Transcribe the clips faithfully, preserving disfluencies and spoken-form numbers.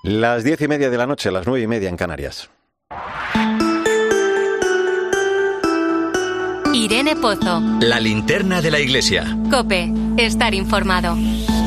Las diez y media de la noche, las nueve y media en Canarias. Irene Pozo. La linterna de la iglesia. COPE. Estar informado.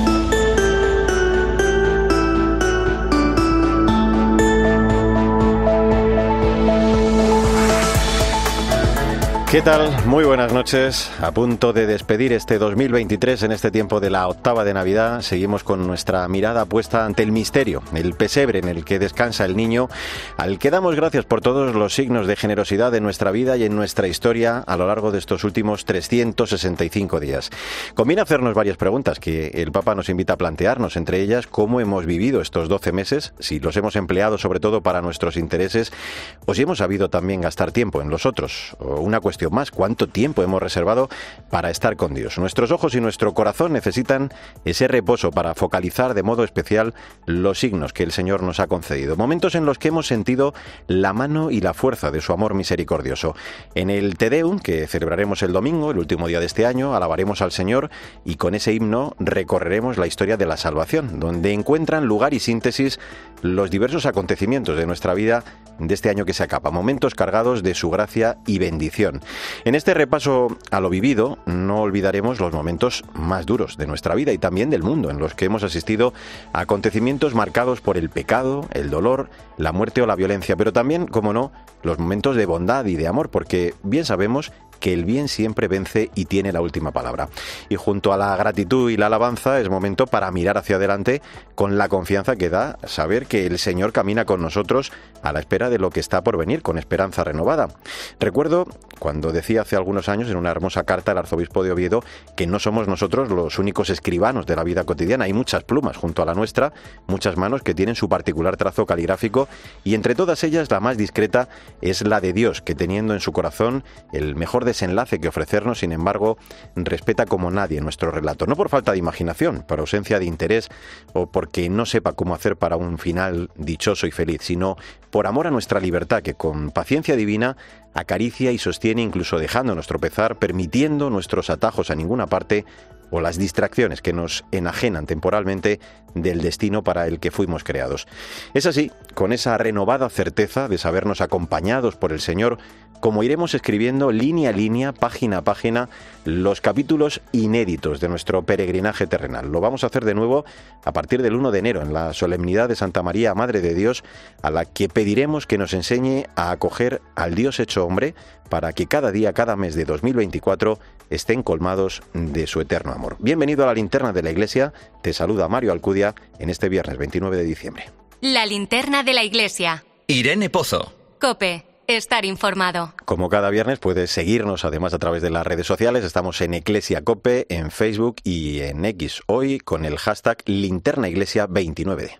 ¿Qué tal? Muy buenas noches. A punto de despedir este dos mil veintitrés en este tiempo de la octava de Navidad, seguimos con nuestra mirada puesta ante el misterio, el pesebre en el que descansa el niño, al que damos gracias por todos los signos de generosidad en nuestra vida y en nuestra historia a lo largo de estos últimos trescientos sesenta y cinco días. Conviene hacernos varias preguntas que el Papa nos invita a plantearnos, entre ellas cómo hemos vivido estos doce meses, si los hemos empleado sobre todo para nuestros intereses o si hemos sabido también gastar tiempo en los otros. O una cuestión más, ¿cuánto tiempo hemos reservado para estar con Dios? Nuestros ojos y nuestro corazón necesitan ese reposo para focalizar de modo especial los signos que el Señor nos ha concedido. Momentos en los que hemos sentido la mano y la fuerza de su amor misericordioso. En el Te Deum, que celebraremos el domingo, el último día de este año, alabaremos al Señor y con ese himno recorreremos la historia de la salvación, donde encuentran lugar y síntesis los diversos acontecimientos de nuestra vida de este año que se acaba, momentos cargados de su gracia y bendición. En este repaso a lo vivido, no olvidaremos los momentos más duros de nuestra vida y también del mundo, en los que hemos asistido a acontecimientos marcados por el pecado, el dolor, la muerte o la violencia, pero también, como no, los momentos de bondad y de amor, porque bien sabemos que el bien siempre vence y tiene la última palabra. Y junto a la gratitud y la alabanza es momento para mirar hacia adelante con la confianza que da saber que el Señor camina con nosotros a la espera de lo que está por venir, con esperanza renovada. Recuerdo cuando decía hace algunos años en una hermosa carta el arzobispo de Oviedo que no somos nosotros los únicos escribanos de la vida cotidiana. Hay muchas plumas junto a la nuestra, muchas manos que tienen su particular trazo caligráfico y entre todas ellas la más discreta es la de Dios, que teniendo en su corazón el mejor desenlace que ofrecernos, sin embargo, respeta como nadie nuestro relato. No por falta de imaginación, por ausencia de interés o porque no sepa cómo hacer para un final dichoso y feliz, sino por amor a nuestra libertad, que con paciencia divina acaricia y sostiene incluso dejándonos tropezar, permitiendo nuestros atajos a ninguna parte o las distracciones que nos enajenan temporalmente del destino para el que fuimos creados. Es así, con esa renovada certeza de sabernos acompañados por el Señor, como iremos escribiendo línea a línea, página a página, los capítulos inéditos de nuestro peregrinaje terrenal. Lo vamos a hacer de nuevo a partir del uno de enero, en la solemnidad de Santa María, Madre de Dios, a la que pediremos que nos enseñe a acoger al Dios hecho hombre, para que cada día, cada mes de dos mil veinticuatro estén colmados de su eterno amor. Bienvenido a la linterna de la Iglesia, te saluda Mario Alcudia en este viernes veintinueve de diciembre. La linterna de la Iglesia. Irene Pozo. COPE. Estar informado. Como cada viernes puedes seguirnos además a través de las redes sociales. Estamos en Eclesia Cope, en Facebook y en X. Hoy con el hashtag Linterna Iglesia veintinueve.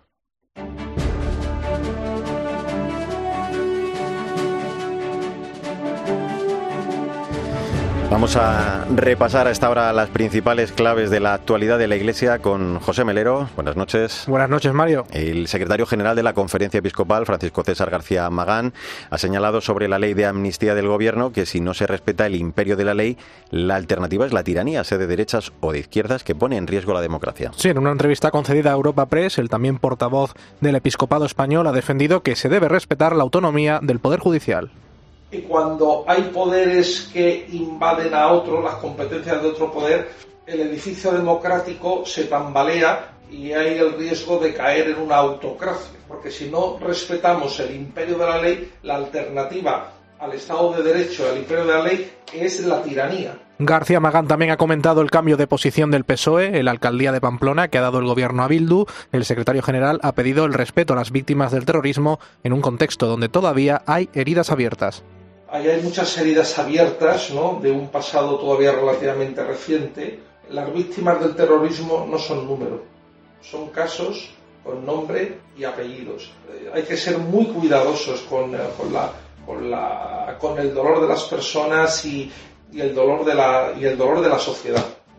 Vamos a repasar a esta hora las principales claves de la actualidad de la Iglesia con José Melero. Buenas noches. Buenas noches, Mario. El secretario general de la Conferencia Episcopal, Francisco César García Magán, ha señalado sobre la ley de amnistía del Gobierno que si no se respeta el imperio de la ley, la alternativa es la tiranía, sea de derechas o de izquierdas, que pone en riesgo la democracia. Sí, en una entrevista concedida a Europa Press, el también portavoz del Episcopado español ha defendido que se debe respetar la autonomía del Poder Judicial. Y cuando hay poderes que invaden a otro, las competencias de otro poder, el edificio democrático se tambalea y hay el riesgo de caer en una autocracia. Porque si no respetamos el imperio de la ley, la alternativa al Estado de Derecho, al imperio de la ley, es la tiranía. García Magán también ha comentado el cambio de posición del P S O E en la alcaldía de Pamplona que ha dado el gobierno a Bildu. El secretario general ha pedido el respeto a las víctimas del terrorismo en un contexto donde todavía hay heridas abiertas. Ahí hay muchas heridas abiertas, ¿no?, de un pasado todavía relativamente reciente. Las víctimas del terrorismo no son números, son casos con nombre y apellidos. Eh, hay que ser muy cuidadosos con, con, la, con, la, con el dolor de las personas y, y, el dolor de la, y el dolor de la sociedad.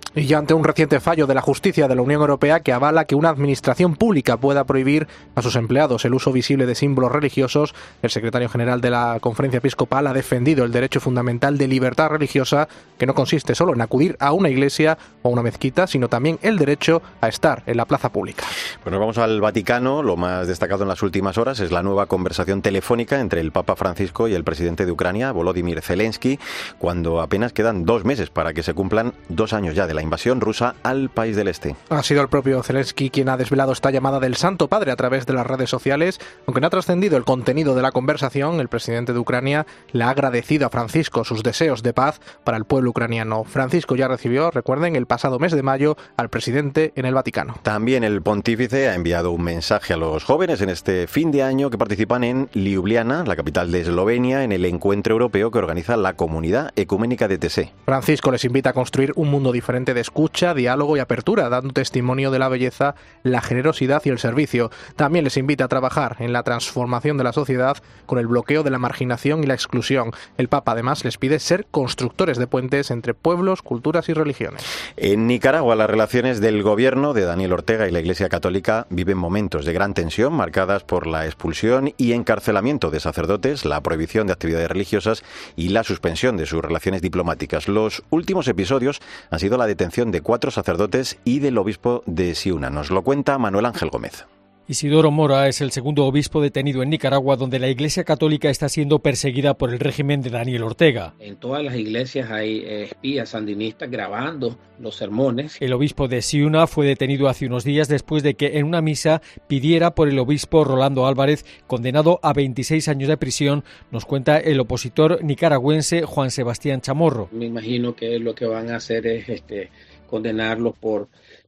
Y ya ante un reciente fallo de la justicia de la Unión Europea que avala que una administración pública pueda prohibir a sus empleados el uso visible de símbolos religiosos, el secretario general de la Conferencia Episcopal ha defendido el derecho fundamental de libertad religiosa, que no consiste solo en acudir a una iglesia o a una mezquita, sino también el derecho a estar en la plaza pública. Pues nos vamos al Vaticano. Lo más destacado en las últimas horas es la nueva conversación telefónica entre el Papa Francisco y el presidente de Ucrania, Volodymyr Zelensky, cuando apenas quedan dos meses para que se cumplan dos años ya de la invasión rusa al país del este. Ha sido el propio Zelensky quien ha desvelado esta llamada del Santo Padre a través de las redes sociales. Aunque no ha trascendido el contenido de la conversación, el presidente de Ucrania le ha agradecido a Francisco sus deseos de paz para el pueblo ucraniano. Francisco ya recibió, recuerden, el pasado mes de mayo al presidente en el Vaticano. También el pontífice ha enviado un mensaje a los jóvenes en este fin de año que participan en Ljubljana, la capital de Eslovenia, en el encuentro europeo que organiza la Comunidad Ecuménica de T S E. Francisco les invita a construir un mundo diferente de escucha, diálogo y apertura, dando testimonio de la belleza, la generosidad y el servicio. También les invita a trabajar en la transformación de la sociedad con el bloqueo de la marginación y la exclusión. El Papa además les pide ser constructores de puentes entre pueblos, culturas y religiones. En Nicaragua, las relaciones del gobierno de Daniel Ortega y la Iglesia Católica viven momentos de gran tensión marcadas por la expulsión y encarcelamiento de sacerdotes, la prohibición de actividades religiosas y la suspensión de sus relaciones diplomáticas. Los últimos episodios han sido la detención de cuatro sacerdotes y del obispo de Ciuna. Nos lo cuenta Manuel Ángel Gómez. Isidoro Mora es el segundo obispo detenido en Nicaragua, donde la Iglesia Católica está siendo perseguida por el régimen de Daniel Ortega. En todas las iglesias hay espías sandinistas grabando los sermones. El obispo de Ciuna fue detenido hace unos días después de que en una misa pidiera por el obispo Rolando Álvarez, condenado a veintiséis años de prisión, nos cuenta el opositor nicaragüense Juan Sebastián Chamorro. Me imagino que lo que van a hacer es este, condenarlos por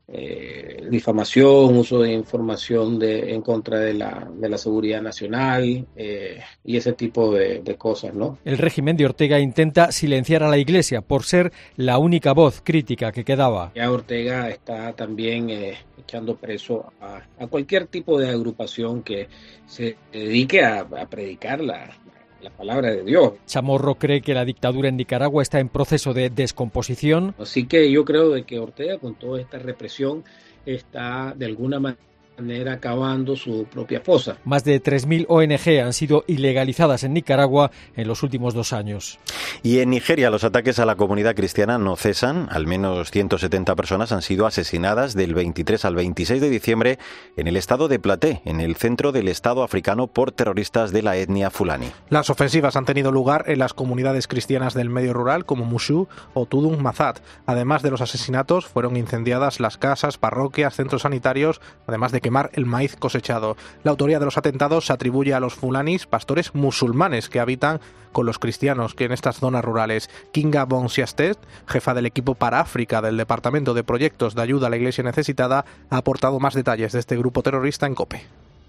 Eh, difamación, uso de información de, en contra de la, de la seguridad nacional eh, y ese tipo de, de cosas, ¿no? El régimen de Ortega intenta silenciar a la Iglesia por ser la única voz crítica que quedaba. Ya Ortega está también eh, echando preso a, a cualquier tipo de agrupación que se dedique a, a predicar la la palabra de Dios. Chamorro cree que la dictadura en Nicaragua está en proceso de descomposición. Así que yo creo de que Ortega, con toda esta represión, está de alguna manera acabando su propia fosa. Más de tres mil O N Ge han sido ilegalizadas en Nicaragua en los últimos dos años. Y en Nigeria los ataques a la comunidad cristiana no cesan. Al menos ciento setenta personas han sido asesinadas del veintitrés al veintiséis de diciembre en el estado de Plateau, en el centro del estado africano, por terroristas de la etnia fulani. Las ofensivas han tenido lugar en las comunidades cristianas del medio rural como Mushu o Tudun Mazat. Además de los asesinatos, fueron incendiadas las casas, parroquias, centros sanitarios, además de quemar el maíz cosechado. La autoría de los atentados se atribuye a los fulanis, pastores musulmanes que habitan con los cristianos que en estas zonas rurales. Kinga Bonsiastet, jefa del equipo para África del Departamento de Proyectos de Ayuda a la Iglesia Necesitada, ha aportado más detalles de este grupo terrorista en COPE.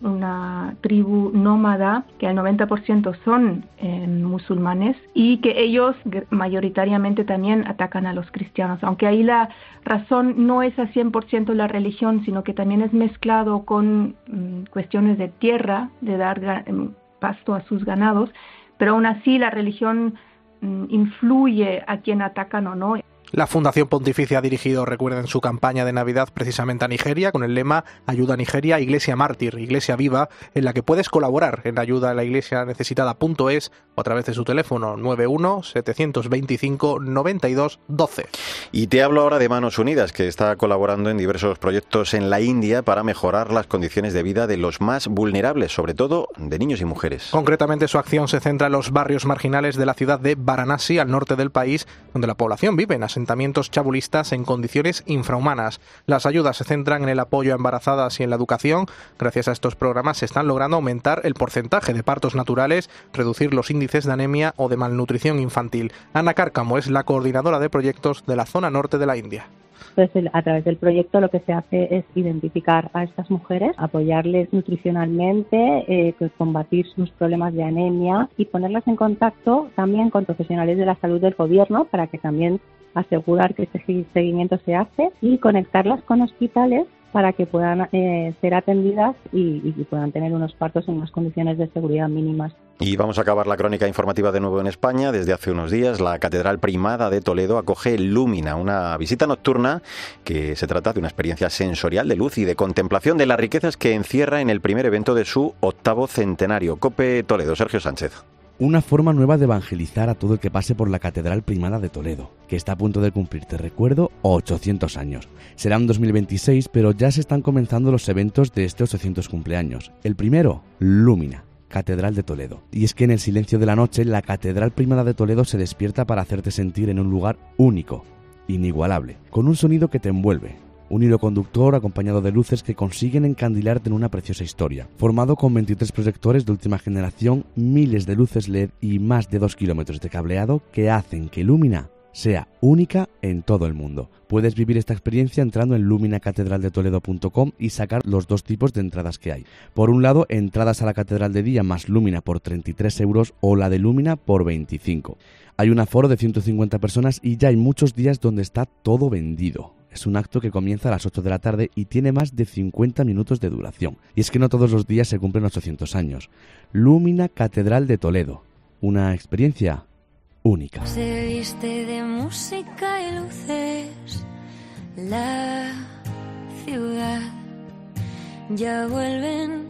Una tribu nómada que al noventa por ciento son eh, musulmanes y que ellos mayoritariamente también atacan a los cristianos, aunque ahí la razón no es a cien por ciento la religión, sino que también es mezclado con mm, cuestiones de tierra, de dar eh, pasto a sus ganados, pero aún así la religión mm, influye a quien atacan o no. La Fundación Pontificia ha dirigido, recuerden, su campaña de Navidad precisamente a Nigeria con el lema Ayuda a Nigeria, Iglesia Mártir, Iglesia Viva, en la que puedes colaborar en ayuda a la iglesia necesitada punto es o a través de su teléfono nueve uno siete dos cinco nueve dos uno dos. Y te hablo ahora de Manos Unidas, que está colaborando en diversos proyectos en la India para mejorar las condiciones de vida de los más vulnerables, sobre todo de niños y mujeres. Concretamente, su acción se centra en los barrios marginales de la ciudad de Varanasi, al norte del país, donde la población vive en asentamientos chabulistas en condiciones infrahumanas. Las ayudas se centran en el apoyo a embarazadas y en la educación. Gracias a estos programas se están logrando aumentar el porcentaje de partos naturales, reducir los índices de anemia o de malnutrición infantil. Ana Cárcamo es la coordinadora de proyectos de la zona norte de la India. Entonces, a través del proyecto lo que se hace es identificar a estas mujeres, apoyarles nutricionalmente, eh, combatir sus problemas de anemia y ponerlas en contacto también con profesionales de la salud del gobierno para que también asegurar que este seguimiento se hace y conectarlas con hospitales para que puedan eh, ser atendidas y, y puedan tener unos partos en unas condiciones de seguridad mínimas. Y vamos a acabar la crónica informativa de nuevo en España. Desde hace unos días, la Catedral Primada de Toledo acoge Lumina, una visita nocturna que se trata de una experiencia sensorial de luz y de contemplación de las riquezas que encierra en el primer evento de su octavo centenario. COPE Toledo, Sergio Sánchez. Una forma nueva de evangelizar a todo el que pase por la Catedral Primada de Toledo, que está a punto de cumplir, te recuerdo, ochocientos años. Será en dos mil veintiséis, pero ya se están comenzando los eventos de este ochocientos cumpleaños. El primero, Lumina, Catedral de Toledo. Y es que en el silencio de la noche, la Catedral Primada de Toledo se despierta para hacerte sentir en un lugar único, inigualable, con un sonido que te envuelve. Un hilo conductor acompañado de luces que consiguen encandilarte en una preciosa historia. Formado con veintitrés proyectores de última generación, miles de luces L E D y más de dos kilómetros de cableado que hacen que Lumina sea única en todo el mundo. Puedes vivir esta experiencia entrando en lumina catedral de toledo punto com y sacar los dos tipos de entradas que hay. Por un lado, entradas a la Catedral de día más Lumina por treinta y tres euros o la de Lumina por veinticinco. Hay un aforo de ciento cincuenta personas y ya hay muchos días donde está todo vendido. Es un acto que comienza a las ocho de la tarde y tiene más de cincuenta minutos de duración. Y es que no todos los días se cumplen ochocientos años. Lumina Catedral de Toledo. Una experiencia única. Se viste de música y luces la ciudad. Ya vuelven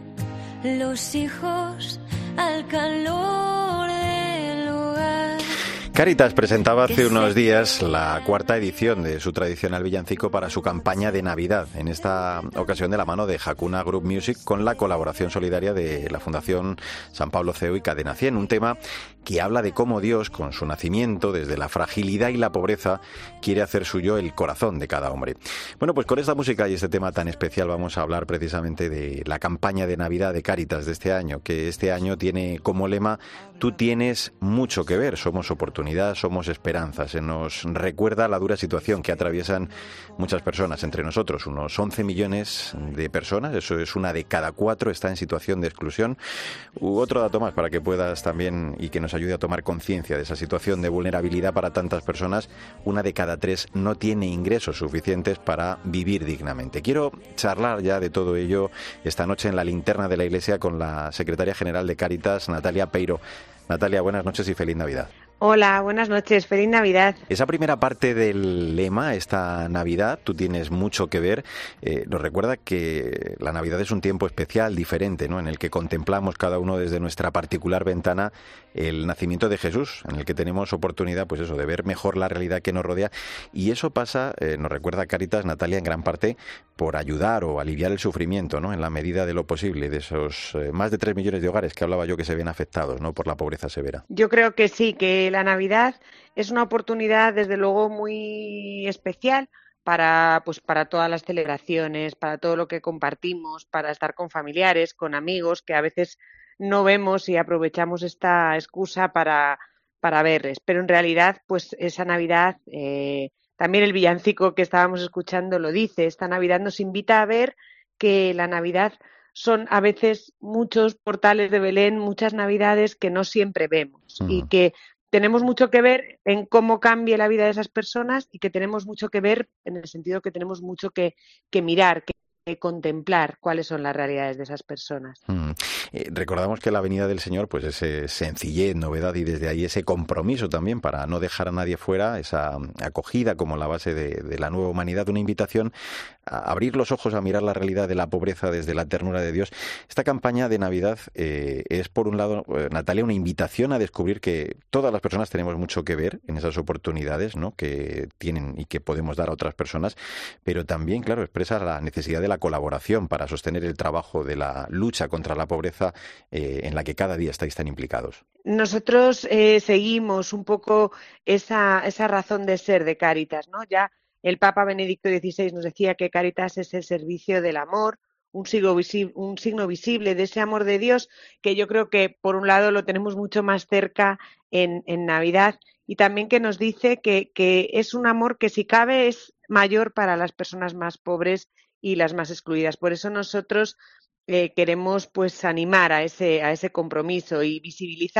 los hijos al calor del hogar. Cáritas presentaba hace unos días la cuarta edición de su tradicional villancico para su campaña de Navidad, en esta ocasión de la mano de Hakuna Group Music con la colaboración solidaria de la Fundación San Pablo C E O y Cadena cien, un tema que habla de cómo Dios, con su nacimiento, desde la fragilidad y la pobreza, quiere hacer suyo el corazón de cada hombre. Bueno, pues con esta música y este tema tan especial vamos a hablar precisamente de la campaña de Navidad de Cáritas de este año, que este año tiene como lema: tú tienes mucho que ver, somos oportunidad, somos esperanza. Se nos recuerda la dura situación que atraviesan muchas personas, entre nosotros unos once millones de personas, eso es una de cada cuatro está en situación de exclusión. U otro dato más para que puedas también y que nos ayude a tomar conciencia de esa situación de vulnerabilidad para tantas personas: una de cada tres no tiene ingresos suficientes para vivir dignamente. Quiero charlar ya de todo ello esta noche en la linterna de la Iglesia con la secretaria general de Cáritas, Natalia Peiro. Natalia, buenas noches y feliz Navidad. Hola, buenas noches, feliz Navidad. Esa primera parte del lema, esta Navidad, tú tienes mucho que ver, eh, nos recuerda que la Navidad es un tiempo especial, diferente, ¿no?, en el que contemplamos cada uno desde nuestra particular ventana el nacimiento de Jesús, en el que tenemos oportunidad, pues eso, de ver mejor la realidad que nos rodea, y eso pasa, eh, nos recuerda Cáritas, Natalia, en gran parte por ayudar o aliviar el sufrimiento, ¿no?, en la medida de lo posible, de esos eh, más de tres millones de hogares que hablaba yo que se ven afectados, ¿no?, por la pobreza severa. Yo creo que sí, que la Navidad es una oportunidad desde luego muy especial para, pues, para todas las celebraciones, para todo lo que compartimos, para estar con familiares, con amigos que a veces no vemos y aprovechamos esta excusa para, para verles. Pero en realidad, pues esa Navidad, eh, también el villancico que estábamos escuchando lo dice, esta Navidad nos invita a ver que la Navidad son a veces muchos portales de Belén, muchas Navidades que no siempre vemos, uh-huh. y que tenemos mucho que ver en cómo cambie la vida de esas personas y que tenemos mucho que ver en el sentido que tenemos mucho que, que mirar, que, que contemplar cuáles son las realidades de esas personas. Mm. Eh, recordamos que la venida del Señor pues es eh, sencillez, novedad y desde ahí ese compromiso también para no dejar a nadie fuera, esa acogida como la base de, de la nueva humanidad, una invitación a abrir los ojos a mirar la realidad de la pobreza desde la ternura de Dios. Esta campaña de Navidad eh, es, por un lado, eh, Natalia, una invitación a descubrir que todas las personas tenemos mucho que ver en esas oportunidades, ¿no?, que tienen y que podemos dar a otras personas, pero también, claro, expresa la necesidad de la colaboración para sostener el trabajo de la lucha contra la pobreza eh, en la que cada día estáis tan implicados. Nosotros eh, seguimos un poco esa, esa razón de ser de Cáritas, ¿no? Ya el Papa Benedicto dieciséis nos decía que Cáritas es el servicio del amor, un signo, visible, un signo visible de ese amor de Dios, que yo creo que por un lado lo tenemos mucho más cerca en, en Navidad, y también que nos dice que, que es un amor que si cabe es mayor para las personas más pobres y las más excluidas. Por eso nosotros eh, queremos pues animar a ese, a ese compromiso y visibilizar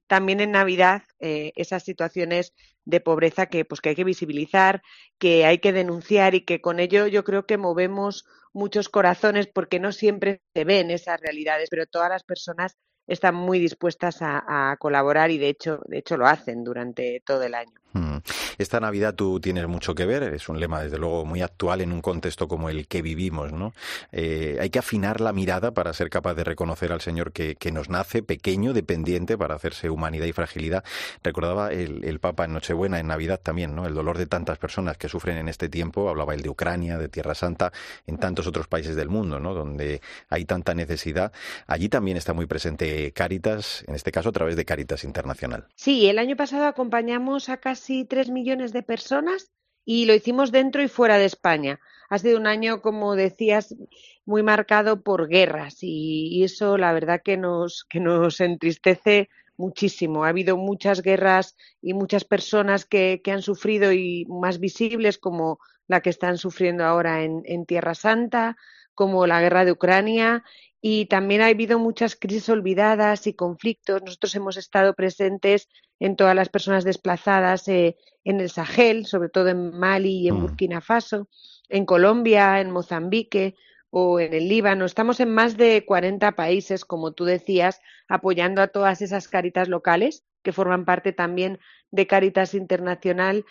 también en Navidad eh, esas situaciones de pobreza que, pues, que hay que visibilizar, que hay que denunciar y que con ello yo creo que movemos muchos corazones porque no siempre se ven esas realidades, pero todas las personas están muy dispuestas a, a colaborar y de hecho, de hecho lo hacen durante todo el año. Esta Navidad tú tienes mucho que ver, es un lema desde luego muy actual en un contexto como el que vivimos, ¿no? Eh, hay que afinar la mirada para ser capaz de reconocer al Señor que, que nos nace pequeño, dependiente, para hacerse humanidad y fragilidad. Recordaba el, el Papa en Nochebuena, en Navidad también, ¿no? El dolor de tantas personas que sufren en este tiempo, hablaba él de Ucrania, de Tierra Santa, en tantos otros países del mundo, ¿no? Donde hay tanta necesidad. Allí también está muy presente Cáritas, en este caso a través de Cáritas Internacional. Sí, el año pasado acompañamos a casi tres millones de personas y lo hicimos dentro y fuera de España. Ha sido un año, como decías, muy marcado por guerras y, y eso la verdad que nos, que nos entristece muchísimo. Ha habido muchas guerras y muchas personas que, que han sufrido y más visibles como la que están sufriendo ahora en, en Tierra Santa, como la guerra de Ucrania. Y también ha habido muchas crisis olvidadas y conflictos. Nosotros hemos estado presentes en todas las personas desplazadas eh, en el Sahel, sobre todo en Mali y en Burkina Faso, en Colombia, en Mozambique o en el Líbano. Estamos en más de cuarenta países, como tú decías, apoyando a todas esas Cáritas locales que forman parte también de Cáritas Internacional.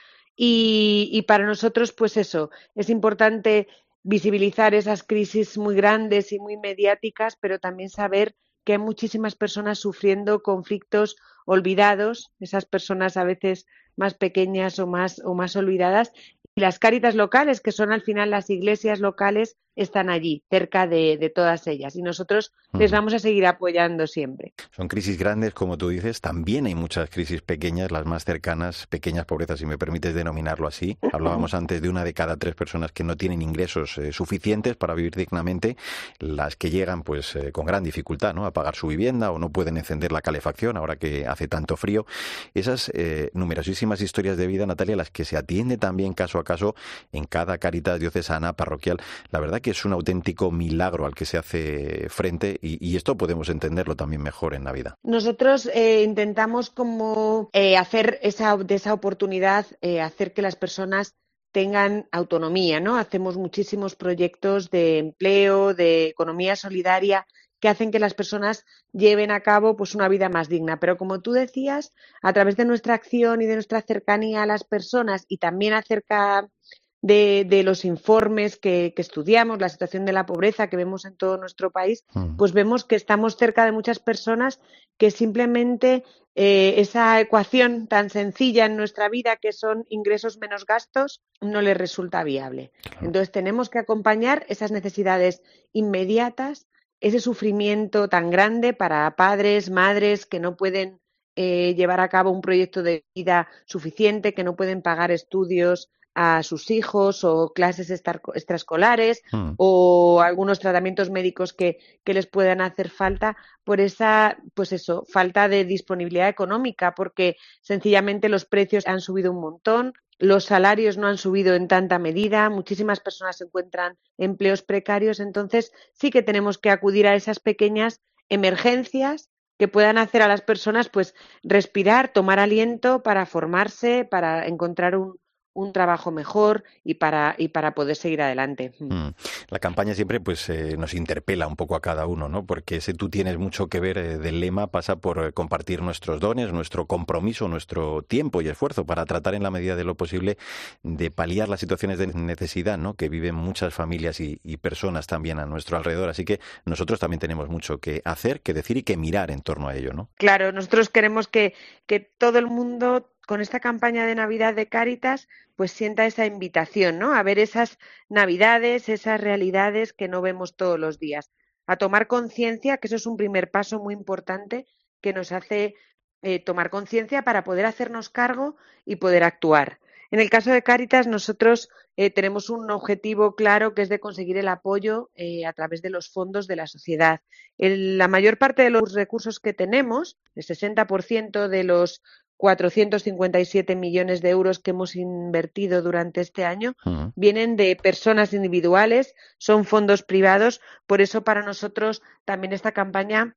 Y, y para nosotros, pues eso, es importante visibilizar esas crisis muy grandes y muy mediáticas, pero también saber que hay muchísimas personas sufriendo conflictos olvidados, esas personas a veces más pequeñas o más, o más olvidadas. Y las Cáritas locales, que son al final las iglesias locales, están allí, cerca de, de todas ellas. Y nosotros uh-huh. les vamos a seguir apoyando siempre. Son crisis grandes, como tú dices. También hay muchas crisis pequeñas, las más cercanas, pequeñas pobrezas, si me permites denominarlo así. Hablábamos antes de una de cada tres personas que no tienen ingresos eh, suficientes para vivir dignamente, las que llegan pues eh, con gran dificultad, ¿no?, a pagar su vivienda o no pueden encender la calefacción ahora que hace tanto frío. Esas eh, numerosísimas historias de vida, Natalia, las que se atiende también caso a caso en cada Cáritas diocesana, parroquial. La verdad que es un auténtico milagro al que se hace frente y, y esto podemos entenderlo también mejor en Navidad. Nosotros eh, intentamos como eh, hacer esa, de esa oportunidad, eh, hacer que las personas tengan autonomía, ¿no? Hacemos muchísimos proyectos de empleo, de economía solidaria, que hacen que las personas lleven a cabo pues una vida más digna. Pero como tú decías, a través de nuestra acción y de nuestra cercanía a las personas y también acerca de, de los informes que, que estudiamos, la situación de la pobreza que vemos en todo nuestro país, mm. pues vemos que estamos cerca de muchas personas que simplemente eh, esa ecuación tan sencilla en nuestra vida que son ingresos menos gastos no les resulta viable. Claro. Entonces tenemos que acompañar esas necesidades inmediatas, ese sufrimiento tan grande para padres, madres que no pueden eh, llevar a cabo un proyecto de vida suficiente, que no pueden pagar estudios a sus hijos o clases extraescolares mm. o algunos tratamientos médicos que, que les puedan hacer falta por esa, pues eso, falta de disponibilidad económica, porque sencillamente los precios han subido un montón, los salarios no han subido en tanta medida, muchísimas personas encuentran empleos precarios, entonces sí que tenemos que acudir a esas pequeñas emergencias que puedan hacer a las personas pues respirar, tomar aliento para formarse, para encontrar un un trabajo mejor y para y para poder seguir adelante. Mm. La campaña siempre pues eh, nos interpela un poco a cada uno, ¿no? Porque ese tú tienes mucho que ver eh, del lema pasa por eh, compartir nuestros dones, nuestro compromiso, nuestro tiempo y esfuerzo para tratar en la medida de lo posible de paliar las situaciones de necesidad, ¿no?, que viven muchas familias y, y personas también a nuestro alrededor. Así que nosotros también tenemos mucho que hacer, que decir y que mirar en torno a ello, ¿no? Claro, nosotros queremos que, que todo el mundo con esta campaña de Navidad de Cáritas pues sienta esa invitación, ¿no?, a ver esas Navidades, esas realidades que no vemos todos los días, a tomar conciencia, que eso es un primer paso muy importante que nos hace eh, tomar conciencia para poder hacernos cargo y poder actuar. En el caso de Cáritas nosotros eh, tenemos un objetivo claro que es de conseguir el apoyo eh, a través de los fondos de la sociedad. El, la mayor parte de los recursos que tenemos, el sesenta por ciento de los cuatrocientos cincuenta y siete millones de euros que hemos invertido durante este año uh-huh. vienen de personas individuales, son fondos privados, por eso para nosotros también esta campaña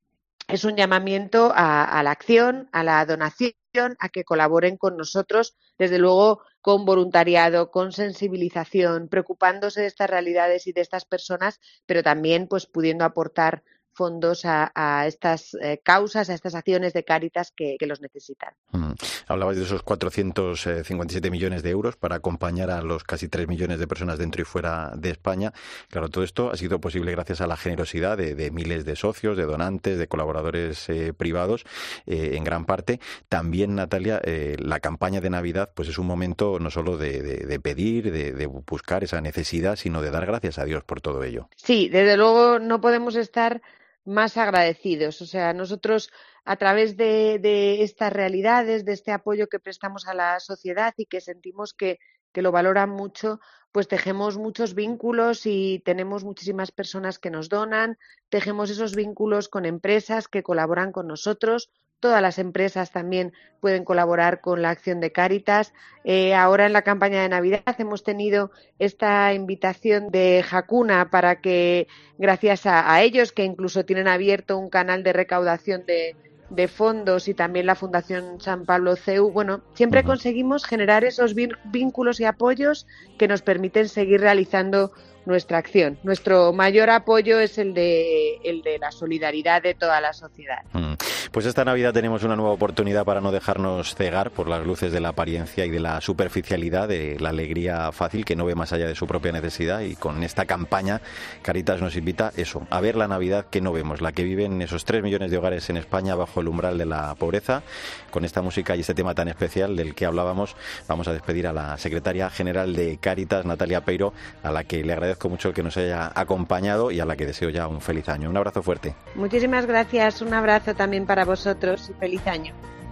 es un llamamiento a, a la acción, a la donación, a que colaboren con nosotros, desde luego con voluntariado, con sensibilización, preocupándose de estas realidades y de estas personas, pero también pues pudiendo aportar fondos a, a estas eh, causas, a estas acciones de Cáritas que, que los necesitan. Mm. Hablabais de esos cuatrocientos cincuenta y siete millones de euros para acompañar a los casi tres millones de personas dentro y fuera de España. Claro, todo esto ha sido posible gracias a la generosidad de, de miles de socios, de donantes, de colaboradores eh, privados, eh, en gran parte. También, Natalia, eh, la campaña de Navidad pues es un momento no solo de, de, de pedir, de, de buscar esa necesidad, sino de dar gracias a Dios por todo ello. Sí, desde luego no podemos estar más agradecidos. O sea, nosotros a través de, de estas realidades, de este apoyo que prestamos a la sociedad y que sentimos que, que lo valoran mucho, pues tejemos muchos vínculos y tenemos muchísimas personas que nos donan, tejemos esos vínculos con empresas que colaboran con nosotros. Todas las empresas también pueden colaborar con la acción de Cáritas. Eh, ahora en la campaña de Navidad hemos tenido esta invitación de Hakuna para que, gracias a, a ellos, que incluso tienen abierto un canal de recaudación de, de fondos y también la Fundación San Pablo C E U, bueno, siempre uh-huh. conseguimos generar esos vínculos y apoyos que nos permiten seguir realizando nuestra acción. Nuestro mayor apoyo es el de, el de la solidaridad de toda la sociedad. Pues esta Navidad tenemos una nueva oportunidad para no dejarnos cegar por las luces de la apariencia y de la superficialidad, de la alegría fácil que no ve más allá de su propia necesidad, y con esta campaña Cáritas nos invita eso, a ver la Navidad que no vemos, la que viven esos tres millones de hogares en España bajo el umbral de la pobreza. Con esta música y este tema tan especial del que hablábamos, vamos a despedir a la secretaria general de Cáritas, Natalia Peiro, a la que le agradezco mucho el que nos haya acompañado y a la que deseo ya un feliz año. Un abrazo fuerte. Muchísimas gracias, un abrazo también para vosotros y feliz año.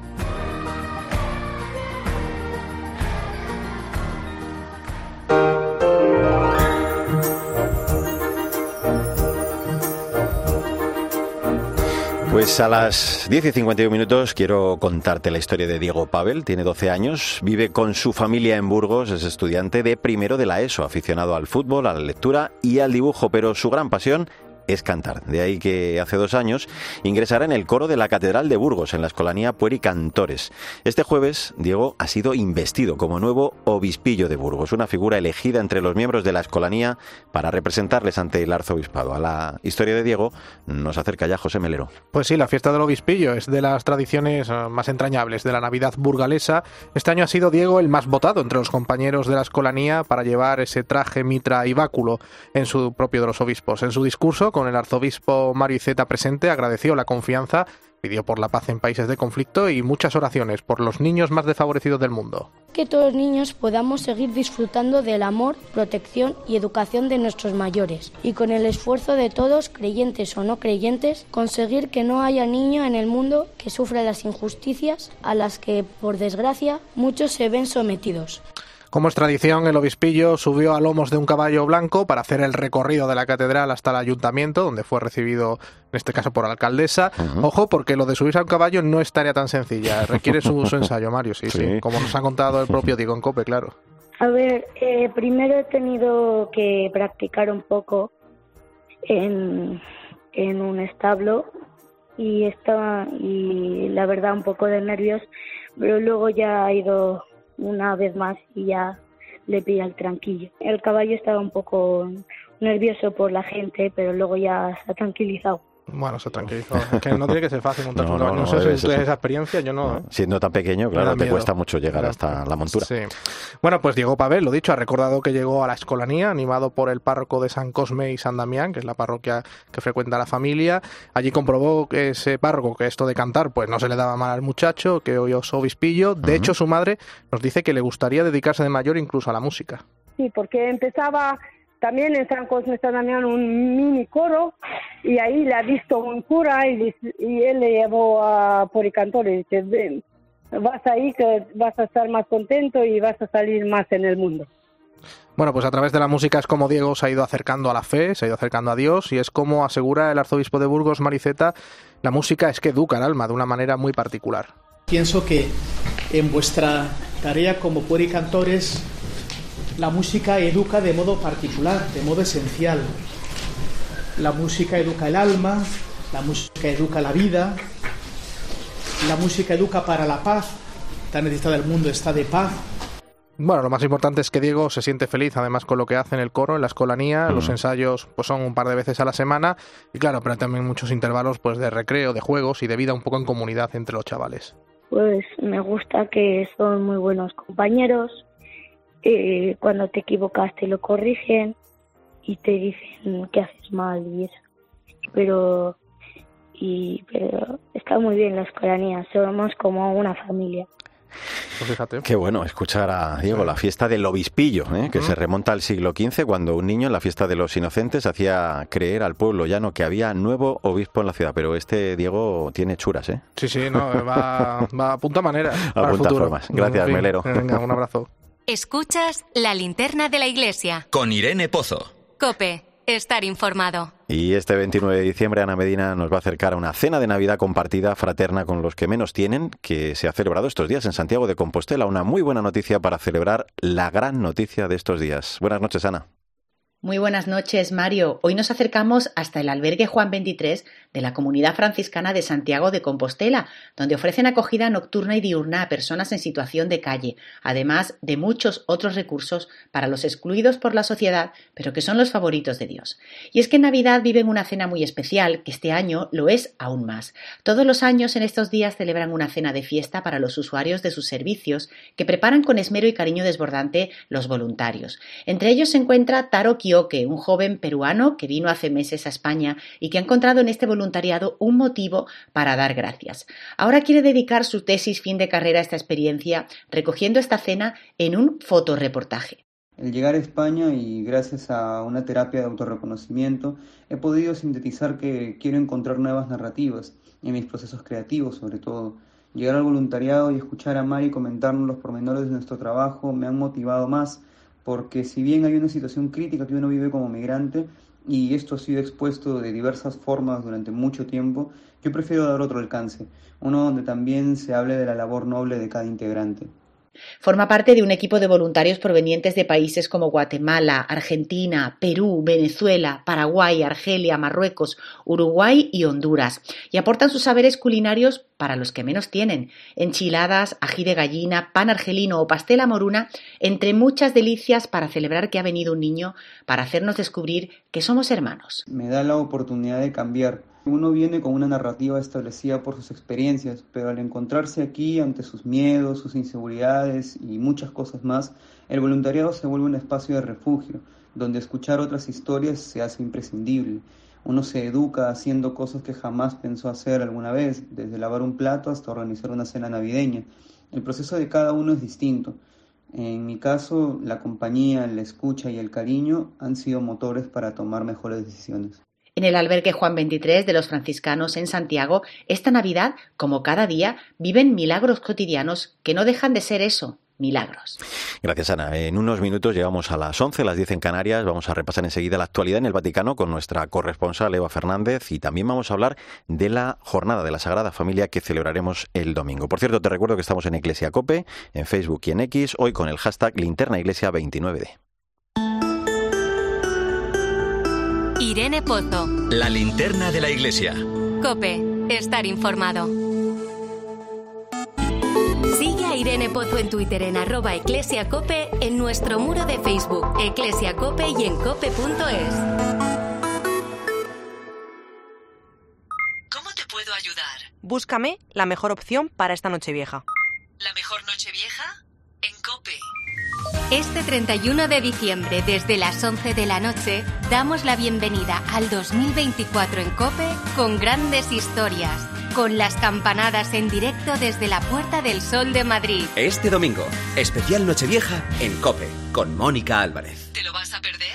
Pues a las diez y cincuenta y uno minutos quiero contarte la historia de Diego Pavel. Tiene doce años, vive con su familia en Burgos, es estudiante de primero de la ESO, aficionado al fútbol, a la lectura y al dibujo, pero su gran pasión es cantar. De ahí que hace dos años ingresará en el coro de la Catedral de Burgos, en la Escolanía Pueri Cantores. Este jueves, Diego ha sido investido como nuevo obispillo de Burgos, una figura elegida entre los miembros de la Escolanía para representarles ante el arzobispado. A la historia de Diego nos acerca ya José Melero. Pues sí, la fiesta del obispillo es de las tradiciones más entrañables de la Navidad burgalesa. Este año ha sido Diego el más votado entre los compañeros de la Escolanía para llevar ese traje, mitra y báculo en su propio de los obispos. En su discurso, con el arzobispo Mario Iceta presente, agradeció la confianza, pidió por la paz en países de conflicto y muchas oraciones por los niños más desfavorecidos del mundo. Que todos los niños podamos seguir disfrutando del amor, protección y educación de nuestros mayores y con el esfuerzo de todos, creyentes o no creyentes, conseguir que no haya niño en el mundo que sufra las injusticias a las que, por desgracia, muchos se ven sometidos. Como es tradición, el obispillo subió a lomos de un caballo blanco para hacer el recorrido de la catedral hasta el ayuntamiento, donde fue recibido, en este caso, por la alcaldesa. Uh-huh. Ojo, porque lo de subirse a un caballo no es tarea tan sencilla, requiere su, su ensayo, Mario, sí, sí, sí, como nos ha contado el propio Diego en COPE, claro. A ver, eh, primero he tenido que practicar un poco en, en un establo y estaba, y la verdad, un poco de nervios, pero luego ya ha ido una vez más y ya le pilla el tranquillo. El caballo estaba un poco nervioso por la gente, pero luego ya se ha tranquilizado. Bueno, se tranquilizó. Es que no tiene que ser fácil montar no, un caballo. No, no, no, no sé si eso. esa experiencia, yo no... no. Siendo tan pequeño, claro, te cuesta mucho llegar claro. hasta la montura. Sí. Bueno, pues Diego Pavel, lo dicho, ha recordado que llegó a la Escolanía, animado por el párroco de San Cosme y San Damián, que es la parroquia que frecuenta la familia. Allí comprobó que ese párroco, que esto de cantar, pues no se le daba mal al muchacho, que hoy es obispillo. De uh-huh. hecho, su madre nos dice que le gustaría dedicarse de mayor incluso a la música. Sí, porque empezaba... También en San Cosme San Damián un mini coro y ahí le ha visto un cura y, y él le llevó a Pueri Cantores y dice, ven, vas ahí que vas a estar más contento y vas a salir más en el mundo. Bueno, pues a través de la música es como Diego se ha ido acercando a la fe, se ha ido acercando a Dios y es como asegura el arzobispo de Burgos, Mario Iceta, la música es que educa al alma de una manera muy particular. Pienso que en vuestra tarea como Pueri Cantores la música educa de modo particular, de modo esencial. La música educa el alma, la música educa la vida, la música educa para la paz, tan necesitada el mundo está de paz. Bueno, lo más importante es que Diego se siente feliz, además, con lo que hace en el coro, en la escolanía. Mm. Los ensayos pues son un par de veces a la semana y claro, pero también muchos intervalos pues de recreo, de juegos y de vida un poco en comunidad entre los chavales. Pues me gusta que son muy buenos compañeros, eh, cuando te equivocas te lo corrigen y te dicen que haces mal y eso. Pero, y, pero está muy bien la escolanía, somos como una familia. Pues fíjate. Qué bueno escuchar a Diego, la fiesta del obispillo, ¿eh? que uh-huh. se remonta al siglo quince, cuando un niño en la fiesta de los inocentes hacía creer al pueblo llano que había nuevo obispo en la ciudad. Pero este Diego tiene churas, ¿eh? Sí, sí, no, va, va a punta manera. A punta formas. Gracias, en fin, Melero. Venga, un abrazo. Escuchas La Linterna de la Iglesia. Con Irene Pozo. COPE. Estar informado. Y este veintinueve de diciembre Ana Medina nos va a acercar a una cena de Navidad compartida, fraterna, con los que menos tienen, que se ha celebrado estos días en Santiago de Compostela. Una muy buena noticia para celebrar la gran noticia de estos días. Buenas noches, Ana. Muy buenas noches, Mario. Hoy nos acercamos hasta el albergue Juan veintitrés de la Comunidad Franciscana de Santiago de Compostela, donde ofrecen acogida nocturna y diurna a personas en situación de calle, además de muchos otros recursos para los excluidos por la sociedad, pero que son los favoritos de Dios. Y es que en Navidad viven una cena muy especial, que este año lo es aún más. Todos los años en estos días celebran una cena de fiesta para los usuarios de sus servicios, que preparan con esmero y cariño desbordante los voluntarios. Entre ellos se encuentra Taro Kioke, un joven peruano que vino hace meses a España y que ha encontrado en este voluntariado un motivo para dar gracias. Ahora quiere dedicar su tesis fin de carrera a esta experiencia, recogiendo esta cena en un fotoreportaje. El llegar a España y gracias a una terapia de autorreconocimiento he podido sintetizar que quiero encontrar nuevas narrativas en mis procesos creativos, sobre todo. Llegar al voluntariado y escuchar a Mari comentarnos los pormenores de nuestro trabajo me han motivado más, porque si bien hay una situación crítica que uno vive como migrante, y esto ha sido expuesto de diversas formas durante mucho tiempo, yo prefiero dar otro alcance, uno donde también se hable de la labor noble de cada integrante. Forma parte de un equipo de voluntarios provenientes de países como Guatemala, Argentina, Perú, Venezuela, Paraguay, Argelia, Marruecos, Uruguay y Honduras, y aportan sus saberes culinarios para los que menos tienen: enchiladas, ají de gallina, pan argelino o pastel a moruna, entre muchas delicias para celebrar que ha venido un niño para hacernos descubrir que somos hermanos. Me da la oportunidad de cambiar. Uno viene con una narrativa establecida por sus experiencias, pero al encontrarse aquí ante sus miedos, sus inseguridades y muchas cosas más, el voluntariado se vuelve un espacio de refugio, donde escuchar otras historias se hace imprescindible. Uno se educa haciendo cosas que jamás pensó hacer alguna vez, desde lavar un plato hasta organizar una cena navideña. El proceso de cada uno es distinto. En mi caso, la compañía, la escucha y el cariño han sido motores para tomar mejores decisiones. En el albergue Juan veintitrés de los franciscanos en Santiago, esta Navidad, como cada día, viven milagros cotidianos que no dejan de ser eso, milagros. Gracias, Ana. En unos minutos llegamos a las once, las diez en Canarias. Vamos a repasar enseguida la actualidad en el Vaticano con nuestra corresponsal Eva Fernández y también vamos a hablar de la jornada de la Sagrada Familia que celebraremos el domingo. Por cierto, te recuerdo que estamos en Iglesia COPE, en Facebook y en X, hoy con el hashtag Linterna Iglesia veintinueve de. Irene Pozo. La Linterna de la Iglesia. COPE. Estar informado. Sigue a Irene Pozo en Twitter en arroba eclesiacope, en nuestro muro de Facebook eclesiacope y en cope punto es. ¿Cómo te puedo ayudar? Búscame la mejor opción para esta Nochevieja. ¿La mejor Nochevieja? En COPE. Este treinta y uno de diciembre, desde las once de la noche, damos la bienvenida al dos mil veinticuatro en COPE con grandes historias, con las campanadas en directo desde la Puerta del Sol de Madrid. Este domingo, especial Nochevieja en COPE, con Mónica Álvarez. ¿Te lo vas a perder?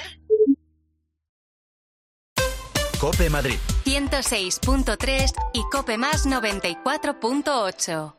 COPE Madrid ciento seis punto tres y COPE Más noventa y cuatro punto ocho.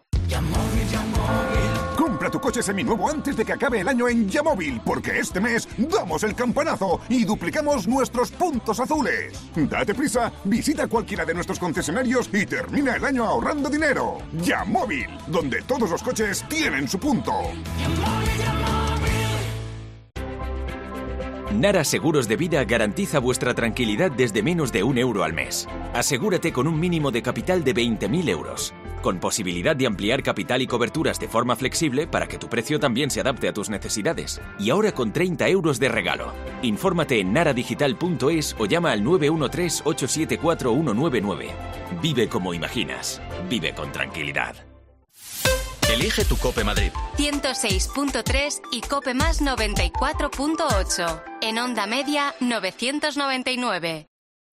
Compra tu coche seminuevo antes de que acabe el año en Yamóvil, porque este mes damos el campanazo y duplicamos nuestros puntos azules. Date prisa, visita cualquiera de nuestros concesionarios y termina el año ahorrando dinero. Yamóvil, donde todos los coches tienen su punto. Nara Seguros de Vida garantiza vuestra tranquilidad desde menos de un euro al mes. Asegúrate con un mínimo de capital de veinte mil euros, con posibilidad de ampliar capital y coberturas de forma flexible para que tu precio también se adapte a tus necesidades. Y ahora con treinta euros de regalo. Infórmate en naradigital punto es o llama al nueve uno tres, ocho siete cuatro, uno nueve nueve. Vive como imaginas. Vive con tranquilidad. Elige tu Cope Madrid. ciento seis punto tres y Cope Más noventa y cuatro punto ocho. En onda media novecientos noventa y nueve.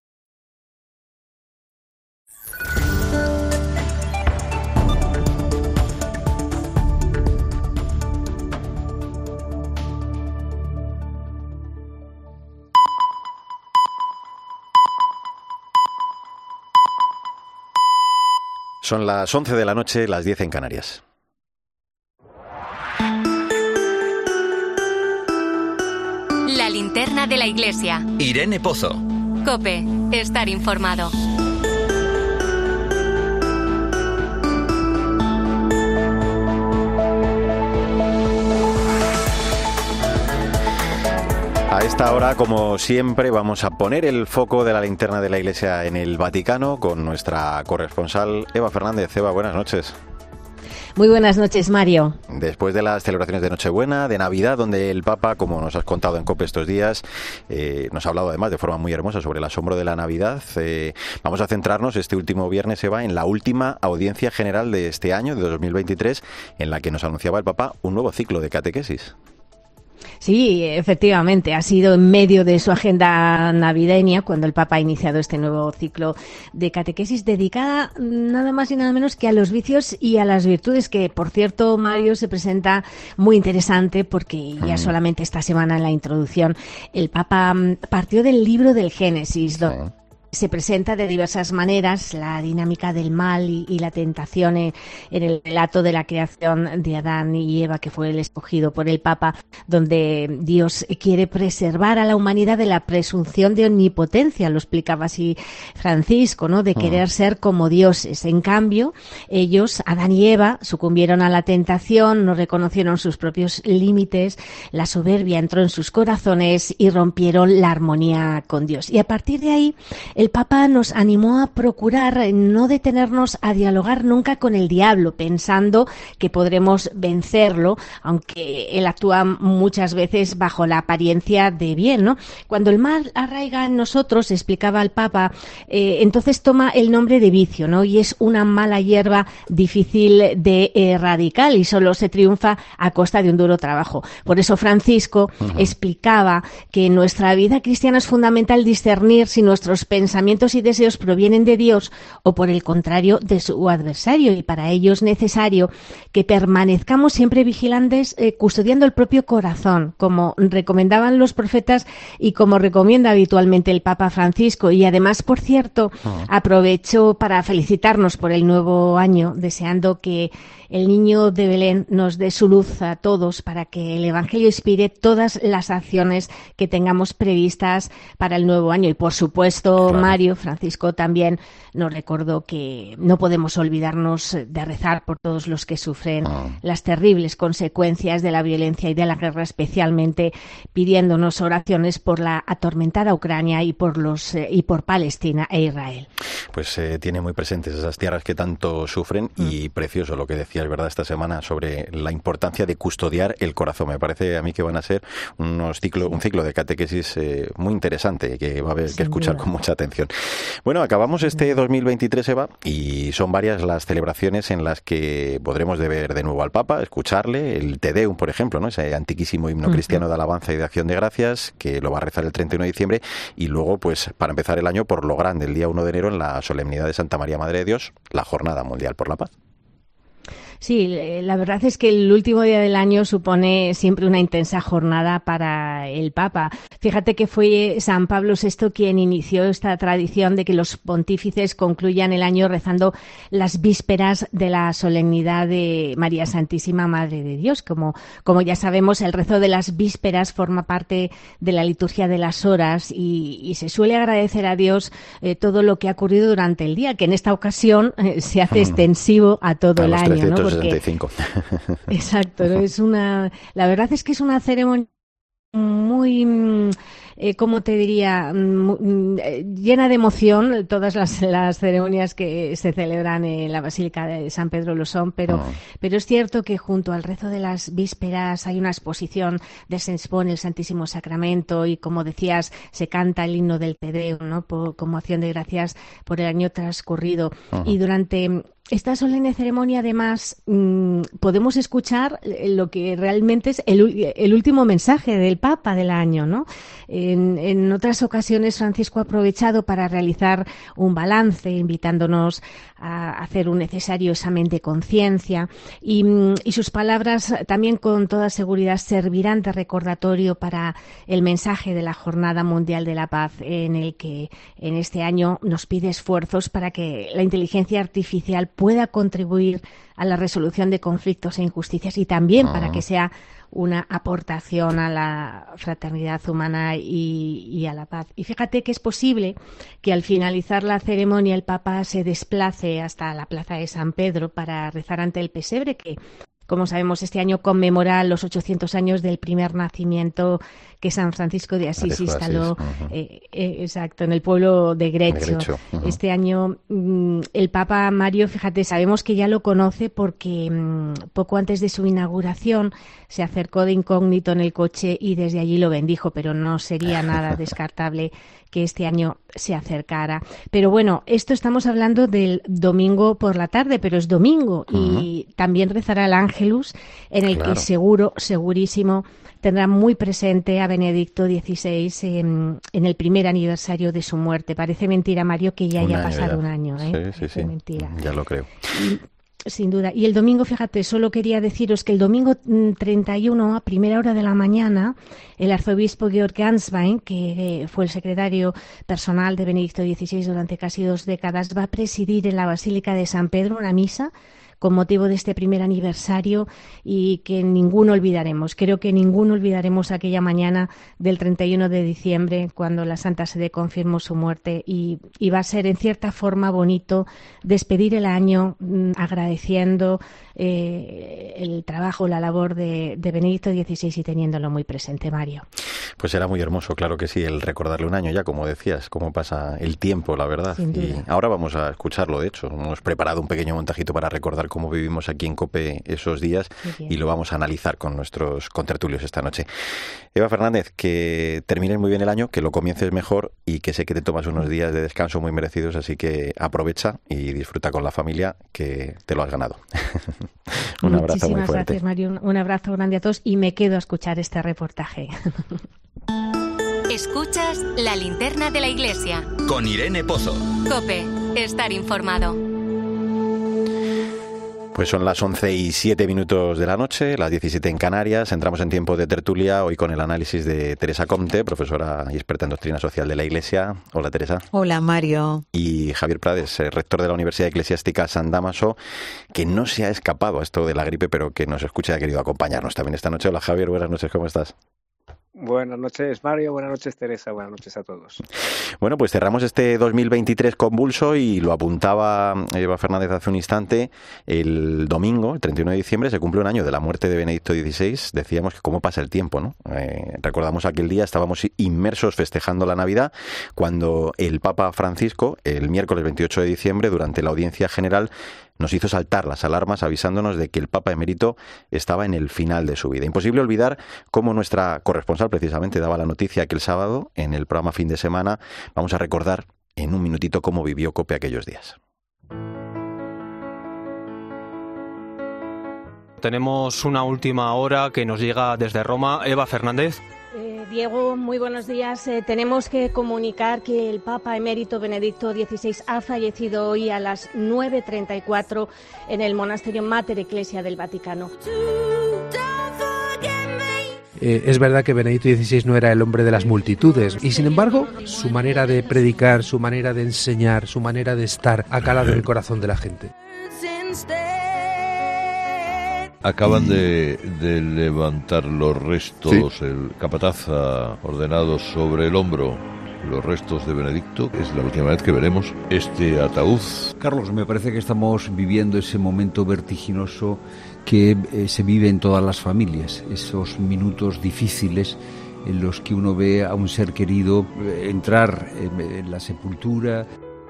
Son las once de la noche, las diez en Canarias. La linterna de la iglesia. Irene Pozo. COPE. Estar informado. A esta hora, como siempre, vamos a poner el foco de la linterna de la iglesia en el Vaticano con nuestra corresponsal Eva Fernández. Eva, buenas noches. Muy buenas noches, Mario. Después de las celebraciones de Nochebuena, de Navidad, donde el Papa, como nos has contado en COPE estos días, eh, nos ha hablado además de forma muy hermosa sobre el asombro de la Navidad, eh, vamos a centrarnos este último viernes, Eva, en la última audiencia general de este año, de dos mil veintitrés, en la que nos anunciaba el Papa un nuevo ciclo de catequesis. Sí, efectivamente, ha sido en medio de su agenda navideña cuando el Papa ha iniciado este nuevo ciclo de catequesis dedicada nada más y nada menos que a los vicios y a las virtudes, que por cierto, Mario, se presenta muy interesante porque ya solamente esta semana en la introducción el Papa partió del libro del Génesis, donde se presenta de diversas maneras la dinámica del mal y, y la tentación en, en el relato de la creación de Adán y Eva, que fue el escogido por el Papa, donde Dios quiere preservar a la humanidad de la presunción de omnipotencia, lo explicaba así Francisco, ¿no? De querer ser como dioses. En cambio, ellos, Adán y Eva, sucumbieron a la tentación, no reconocieron sus propios límites, la soberbia entró en sus corazones y rompieron la armonía con Dios. Y a partir de ahí, el Papa nos animó a procurar no detenernos a dialogar nunca con el diablo, pensando que podremos vencerlo, aunque él actúa muchas veces bajo la apariencia de bien, ¿no? Cuando el mal arraiga en nosotros, explicaba el Papa, eh, entonces toma el nombre de vicio, ¿no? Y es una mala hierba difícil de erradicar y solo se triunfa a costa de un duro trabajo. Por eso Francisco uh-huh. explicaba que en nuestra vida cristiana es fundamental discernir si nuestros pensamientos pensamientos y deseos provienen de Dios o, por el contrario, de su adversario, y para ello es necesario que permanezcamos siempre vigilantes, eh, custodiando el propio corazón, como recomendaban los profetas y como recomienda habitualmente el Papa Francisco. Y además, por cierto, oh. aprovecho para felicitarnos por el nuevo año, deseando que el niño de Belén nos dé su luz a todos para que el Evangelio inspire todas las acciones que tengamos previstas para el nuevo año. Y por supuesto, claro. Mario, Francisco también nos recordó que no podemos olvidarnos de rezar por todos los que sufren oh. las terribles consecuencias de la violencia y de la guerra, especialmente pidiéndonos oraciones por la atormentada Ucrania y por los eh, y por Palestina e Israel. Pues eh, tiene muy presentes esas tierras que tanto sufren mm. y precioso lo que decía. Es verdad, esta semana sobre la importancia de custodiar el corazón. Me parece a mí que van a ser unos ciclo, un ciclo de catequesis eh, muy interesante, que va a haber Sin que escuchar duda. Con mucha atención. Bueno, acabamos este dos mil veintitrés, Eva, y son varias las celebraciones en las que podremos de ver de nuevo al Papa, escucharle, el Te Deum, por ejemplo, ¿no? Ese antiquísimo himno uh-huh. cristiano de alabanza y de acción de gracias, que lo va a rezar el treinta y uno de diciembre, y luego, pues, para empezar el año por lo grande, el día uno de enero, en la solemnidad de Santa María Madre de Dios, la Jornada Mundial por la Paz. Sí, la verdad es que el último día del año supone siempre una intensa jornada para el Papa. Fíjate que fue San Pablo sexto quien inició esta tradición de que los pontífices concluyan el año rezando las vísperas de la solemnidad de María Santísima Madre de Dios. Como, como ya sabemos, el rezo de las vísperas forma parte de la liturgia de las horas y, y se suele agradecer a Dios eh, todo lo que ha ocurrido durante el día, que en esta ocasión eh, se hace extensivo a todo a el año, ¿no? sesenta y cinco. Porque, exacto, ¿no? Es una, la verdad es que es una ceremonia muy eh, ¿cómo te diría? Mm, llena de emoción. Todas las, las ceremonias que se celebran en la Basílica de San Pedro lo son, pero, oh. pero es cierto que junto al rezo de las vísperas hay una exposición de se expone el Santísimo Sacramento y, como decías, se canta el himno del Te Deum, ¿no? Por, como acción de gracias por el año transcurrido. Uh-huh. Y durante esta solemne ceremonia, además, mmm, podemos escuchar lo que realmente es el, el último mensaje del Papa del año, ¿no? En, en otras ocasiones, Francisco ha aprovechado para realizar un balance, invitándonos a hacer un necesario examen de conciencia, y, y sus palabras también con toda seguridad servirán de recordatorio para el mensaje de la Jornada Mundial de la Paz, en el que en este año nos pide esfuerzos para que la inteligencia artificial pueda contribuir a la resolución de conflictos e injusticias y también uh-huh. para que sea una aportación a la fraternidad humana y, y a la paz. Y fíjate que es posible que al finalizar la ceremonia el Papa se desplace hasta la plaza de San Pedro para rezar ante el pesebre, que, como sabemos, este año conmemora los ochocientos años del primer nacimiento que San Francisco de Asís instaló, uh-huh. eh, eh, exacto, en el pueblo de Grecho. Grecho uh-huh. Este año mmm, el Papa Mario, fíjate, sabemos que ya lo conoce porque mmm, poco antes de su inauguración se acercó de incógnito en el coche y desde allí lo bendijo, pero no sería nada descartable que este año se acercara. Pero bueno, esto estamos hablando del domingo por la tarde, pero es domingo uh-huh. y también rezará el Ángelus, en el claro. que seguro, segurísimo, tendrá muy presente a Benedicto dieciséis en, en el primer aniversario de su muerte. Parece mentira, Mario, que ya haya pasado ya. un año. ¿eh? Sí, Parece sí, sí. mentira. Ya lo creo. Y, sin duda. Y el domingo, fíjate, solo quería deciros que el domingo treinta y uno, a primera hora de la mañana, el arzobispo Georg Ganswein, que fue el secretario personal de Benedicto dieciséis durante casi dos décadas, va a presidir en la Basílica de San Pedro una misa con motivo de este primer aniversario y que ninguno olvidaremos. Creo que ninguno olvidaremos aquella mañana del treinta y uno de diciembre, cuando la Santa Sede confirmó su muerte, y, y va a ser en cierta forma bonito despedir el año mmm, agradeciendo eh, el trabajo, la labor de, de Benedicto dieciséis y teniéndolo muy presente, Mario. Pues será muy hermoso, claro que sí, el recordarle un año ya, como decías, cómo pasa el tiempo, la verdad. Y ahora vamos a escucharlo, de hecho. Hemos preparado un pequeño montajito para recordar cómo vivimos aquí en COPE esos días y lo vamos a analizar con nuestros contertulios esta noche. Eva Fernández, que termines muy bien el año, que lo comiences mejor y que sé que te tomas unos días de descanso muy merecidos, así que aprovecha y disfruta con la familia, que te lo has ganado. Un abrazo Muchísimas muy fuerte. Gracias, Mario. Un abrazo grande a todos y me quedo a escuchar este reportaje. Escuchas La Linterna de la Iglesia con Irene Pozo. COPE, estar informado. Pues son las once y siete minutos de la noche, las diecisiete en Canarias. Entramos en tiempo de tertulia, hoy con el análisis de Teresa Comte, profesora y experta en doctrina social de la Iglesia. Hola, Teresa. Hola, Mario. Y Javier Prades, rector de la Universidad Eclesiástica San Dámaso, que no se ha escapado a esto de la gripe, pero que nos escucha y ha querido acompañarnos también esta noche. Hola, Javier, buenas noches, ¿cómo estás? Buenas noches, Mario. Buenas noches, Teresa. Buenas noches a todos. Bueno, pues cerramos este dos mil veintitrés convulso y lo apuntaba Eva Fernández hace un instante. El domingo, el treinta y uno de diciembre, se cumple un año de la muerte de Benedicto dieciséis. Decíamos que cómo pasa el tiempo, ¿no? Eh, recordamos aquel día, estábamos inmersos festejando la Navidad, cuando el Papa Francisco, el miércoles veintiocho de diciembre, durante la audiencia general, nos hizo saltar las alarmas avisándonos de que el Papa emérito estaba en el final de su vida. Imposible olvidar cómo nuestra corresponsal precisamente daba la noticia aquel sábado en el programa Fin de Semana. Vamos a recordar en un minutito cómo vivió COPE aquellos días. Tenemos una última hora que nos llega desde Roma. Eva Fernández. Eh, Diego, muy buenos días. Eh, tenemos que comunicar que el Papa emérito Benedicto dieciséis ha fallecido hoy a las nueve treinta y cuatro en el monasterio Mater Ecclesia del Vaticano. Eh, es verdad que Benedicto dieciséis no era el hombre de las multitudes y, sin embargo, su manera de predicar, su manera de enseñar, su manera de estar ha calado en el corazón de la gente. Acaban de, de levantar los restos, sí. El capataz ha ordenado sobre el hombro los restos de Benedicto. Es la última vez que veremos este ataúd. Carlos, me parece que estamos viviendo ese momento vertiginoso que eh, se vive en todas las familias, esos minutos difíciles en los que uno ve a un ser querido entrar en, en la sepultura.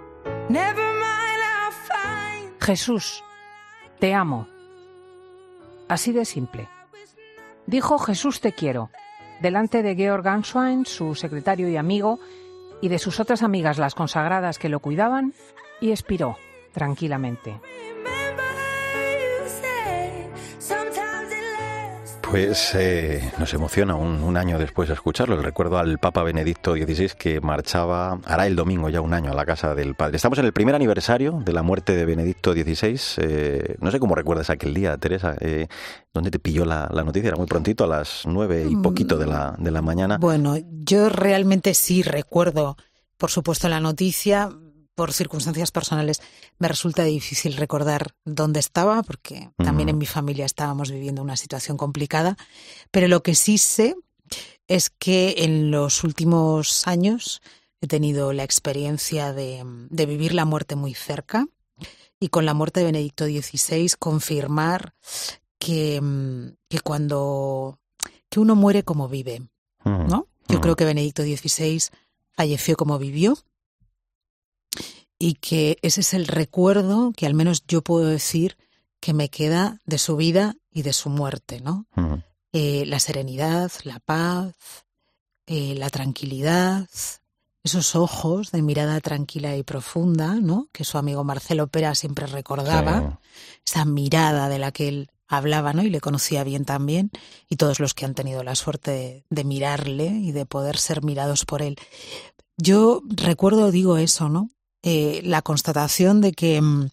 Jesús, te amo. Así de simple. Dijo Jesús te quiero, delante de Georg Ganswein, su secretario y amigo, y de sus otras amigas las consagradas que lo cuidaban, y expiró tranquilamente. Pues eh, nos emociona un, un año después de escucharlo, el recuerdo al Papa Benedicto dieciséis que marchaba, hará el domingo ya un año, a la casa del Padre. Estamos en el primer aniversario de la muerte de Benedicto dieciséis. Eh, no sé cómo recuerdas aquel día, Teresa. Eh, ¿Dónde te pilló la, la noticia? Era muy prontito, a las nueve y poquito de la, de la mañana. Bueno, yo realmente sí recuerdo, por supuesto, la noticia. Por circunstancias personales me resulta difícil recordar dónde estaba, porque también en mi familia estábamos viviendo una situación complicada. Pero lo que sí sé es que en los últimos años he tenido la experiencia de, de vivir la muerte muy cerca, y con la muerte de Benedicto dieciséis confirmar que, que cuando que uno muere como vive, ¿no? Yo creo que Benedicto dieciséis falleció como vivió. Y que ese es el recuerdo que al menos yo puedo decir que me queda de su vida y de su muerte, ¿no? Uh-huh. Eh, la serenidad, la paz, eh, la tranquilidad, esos ojos de mirada tranquila y profunda, ¿no? Que su amigo Marcelo Pera siempre recordaba, sí. Esa mirada de la que él hablaba, ¿no? Y le conocía bien también, y todos los que han tenido la suerte de, de mirarle y de poder ser mirados por él. Yo recuerdo, digo eso, ¿no? Eh, la constatación de que mmm,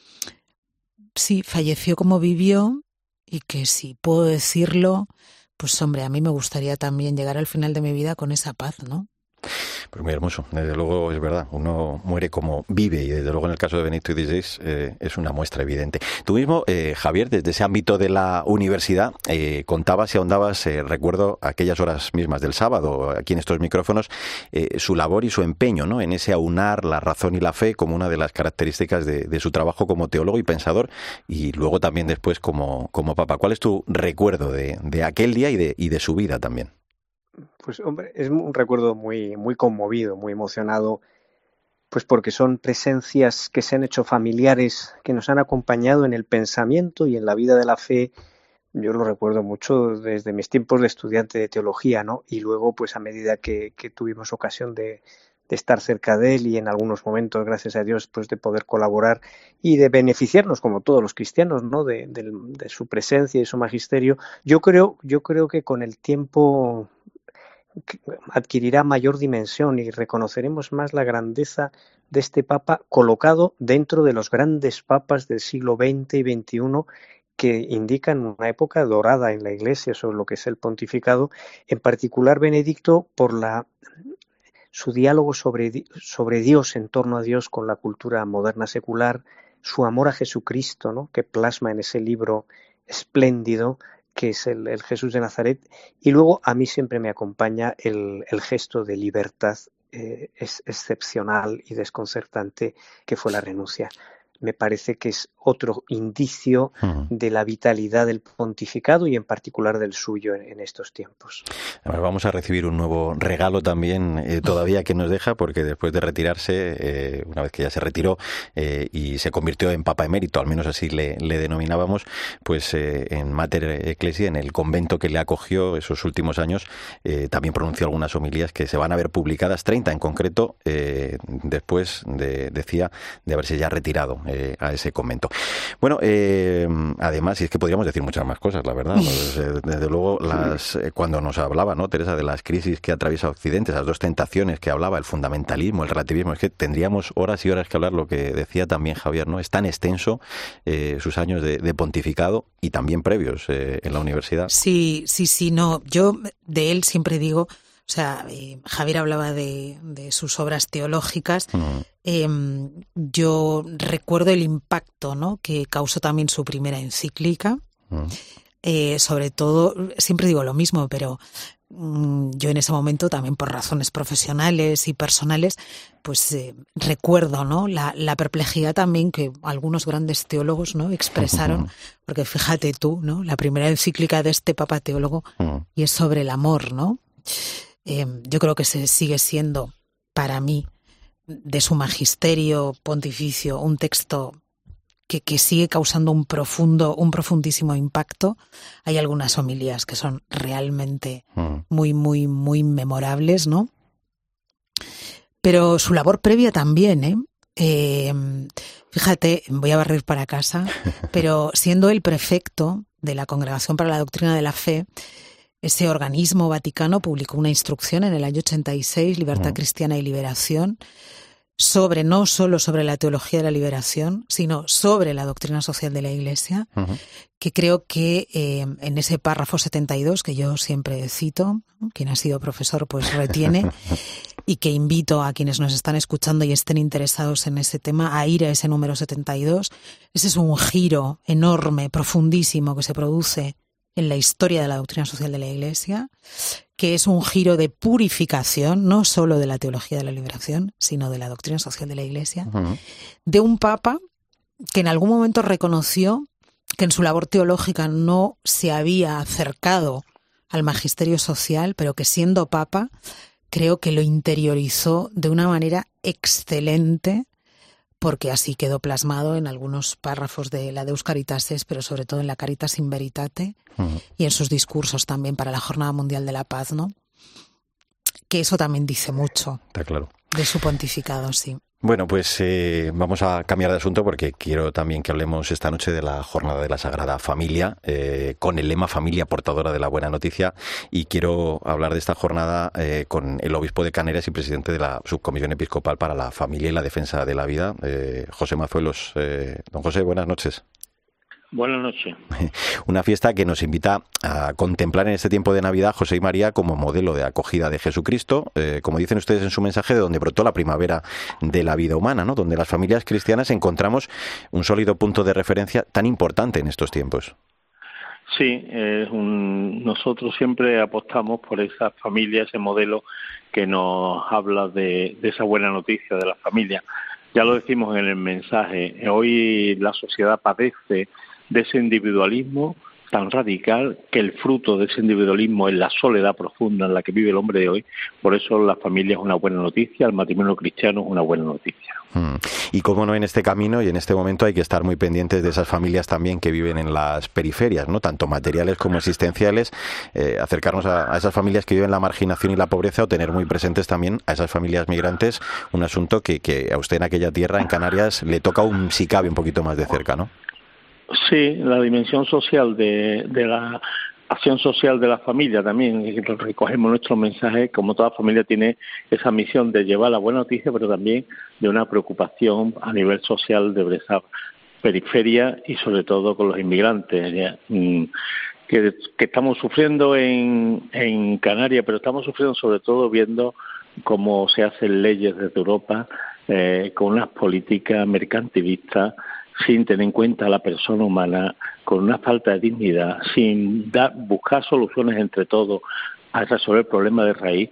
sí, falleció como vivió, y que si puedo decirlo, pues hombre, a mí me gustaría también llegar al final de mi vida con esa paz, ¿no? Pues muy hermoso, desde luego es verdad, uno muere como vive, y desde luego en el caso de Benedicto dieciséis eh, es una muestra evidente. Tú mismo, eh, Javier, desde ese ámbito de la universidad, eh, contabas y ahondabas, eh, recuerdo aquellas horas mismas del sábado, aquí en estos micrófonos, eh, su labor y su empeño, ¿no? En ese aunar la razón y la fe como una de las características de, de su trabajo como teólogo y pensador, y luego también después como, como papa. ¿Cuál es tu recuerdo de, de aquel día y de, y de su vida también? Pues hombre, es un recuerdo muy, muy conmovido, muy emocionado, pues porque son presencias que se han hecho familiares, que nos han acompañado en el pensamiento y en la vida de la fe. Yo lo recuerdo mucho desde mis tiempos de estudiante de teología, ¿no? Y luego, pues a medida que, que tuvimos ocasión de, de estar cerca de él, y en algunos momentos, gracias a Dios, pues de poder colaborar y de beneficiarnos, como todos los cristianos, ¿no? De, de, de su presencia y su magisterio. Yo creo, yo creo que con el tiempo adquirirá mayor dimensión y reconoceremos más la grandeza de este Papa colocado dentro de los grandes papas del siglo veinte y veintiuno, que indican una época dorada en la Iglesia sobre lo que es el pontificado, en particular Benedicto por la su diálogo sobre, sobre Dios, en torno a Dios con la cultura moderna secular, su amor a Jesucristo, ¿no? Que plasma en ese libro espléndido que es el, el Jesús de Nazaret, y luego a mí siempre me acompaña el, el gesto de libertad eh, es excepcional y desconcertante que fue la renuncia. Me parece que es otro indicio uh-huh. de la vitalidad del pontificado y en particular del suyo en, en estos tiempos. Además, vamos a recibir un nuevo regalo también eh, todavía que nos deja, porque después de retirarse, eh, una vez que ya se retiró eh, y se convirtió en Papa Emérito, al menos así le, le denominábamos, pues eh, en Mater Ecclesiae, en el convento que le acogió esos últimos años, eh, también pronunció algunas homilías que se van a ver publicadas, treinta en concreto, eh, después de, decía, de haberse ya retirado Eh, a ese convento. Bueno, eh, además, y es que podríamos decir muchas más cosas, la verdad. Pues, eh, desde luego, las, eh, cuando nos hablaba, ¿no, Teresa, de las crisis que atraviesa Occidente, esas dos tentaciones que hablaba, el fundamentalismo, el relativismo, es que tendríamos horas y horas que hablar, lo que decía también Javier, ¿no? Es tan extenso eh, sus años de, de pontificado y también previos eh, en la universidad. Sí, sí, sí, no. Yo de él siempre digo, o sea, eh, Javier hablaba de, de sus obras teológicas. Uh-huh. Eh, yo recuerdo el impacto, ¿no? Que causó también su primera encíclica. Uh-huh. Eh, sobre todo, siempre digo lo mismo, pero mm, yo en ese momento también por razones profesionales y personales, pues eh, recuerdo, ¿no? La, la perplejidad también que algunos grandes teólogos, ¿no? Expresaron, uh-huh. porque fíjate tú, ¿no? La primera encíclica de este Papa teólogo uh-huh. y es sobre el amor, ¿no? Eh, yo creo que se sigue siendo, para mí, de su magisterio pontificio, un texto que, que sigue causando un profundo, un profundísimo impacto. Hay algunas homilías que son realmente muy, muy, muy memorables, ¿no? Pero su labor previa también, ¿eh? Eh, fíjate, voy a barrer para casa, pero siendo el prefecto de la Congregación para la Doctrina de la Fe, ese organismo vaticano publicó una instrucción en el año ochenta y seis, Libertad Cristiana y Liberación, sobre no solo sobre la teología de la liberación, sino sobre la doctrina social de la Iglesia, uh-huh. que creo que eh, en ese párrafo setenta y dos, que yo siempre cito, quien ha sido profesor pues retiene, y que invito a quienes nos están escuchando y estén interesados en ese tema a ir a ese número setenta y dos. Ese es un giro enorme, profundísimo, que se produce en la historia de la doctrina social de la Iglesia, que es un giro de purificación, no solo de la teología de la liberación, sino de la doctrina social de la Iglesia, uh-huh. de un papa que en algún momento reconoció que en su labor teológica no se había acercado al magisterio social, pero que siendo papa creo que lo interiorizó de una manera excelente, porque así quedó plasmado en algunos párrafos de la Deus Caritatis, pero sobre todo en la Caritas in Veritate, uh-huh. y en sus discursos también para la Jornada Mundial de la Paz, ¿no? Que eso también dice mucho. Está claro. De su pontificado, sí. Bueno, pues eh, vamos a cambiar de asunto porque quiero también que hablemos esta noche de la Jornada de la Sagrada Familia, eh, con el lema Familia portadora de la buena noticia, y quiero hablar de esta jornada eh, con el obispo de Canarias y presidente de la Subcomisión Episcopal para la Familia y la Defensa de la Vida, eh, José Mazuelos. Eh, don José, buenas noches. Buenas noches. Una fiesta que nos invita a contemplar en este tiempo de Navidad José y María como modelo de acogida de Jesucristo, eh, como dicen ustedes en su mensaje, de donde brotó la primavera de la vida humana, ¿no? Donde las familias cristianas encontramos un sólido punto de referencia tan importante en estos tiempos. Sí, eh, un, nosotros siempre apostamos por esa familia, ese modelo que nos habla de, de esa buena noticia de la familia. Ya lo decimos en el mensaje, hoy la sociedad padece de ese individualismo tan radical, que el fruto de ese individualismo es la soledad profunda en la que vive el hombre de hoy. Por eso la familia es una buena noticia, el matrimonio cristiano es una buena noticia. Mm. Y cómo no, en este camino y en este momento hay que estar muy pendientes de esas familias también que viven en las periferias, ¿no? Tanto materiales como existenciales, eh, acercarnos a, a esas familias que viven la marginación y la pobreza, o tener muy presentes también a esas familias migrantes, un asunto que, que a usted en aquella tierra, en Canarias, le toca un, si cabe, un poquito más de cerca, ¿no? Sí, la dimensión social de, de la acción social de la familia también, recogemos nuestro mensaje, como toda familia tiene esa misión de llevar la buena noticia, pero también de una preocupación a nivel social de esa periferia y sobre todo con los inmigrantes, ya, que, que estamos sufriendo en, en Canarias, pero estamos sufriendo sobre todo viendo cómo se hacen leyes desde Europa eh, con unas políticas mercantilistas, sin tener en cuenta a la persona humana, con una falta de dignidad, sin da, buscar soluciones entre todos a resolver el problema de raíz.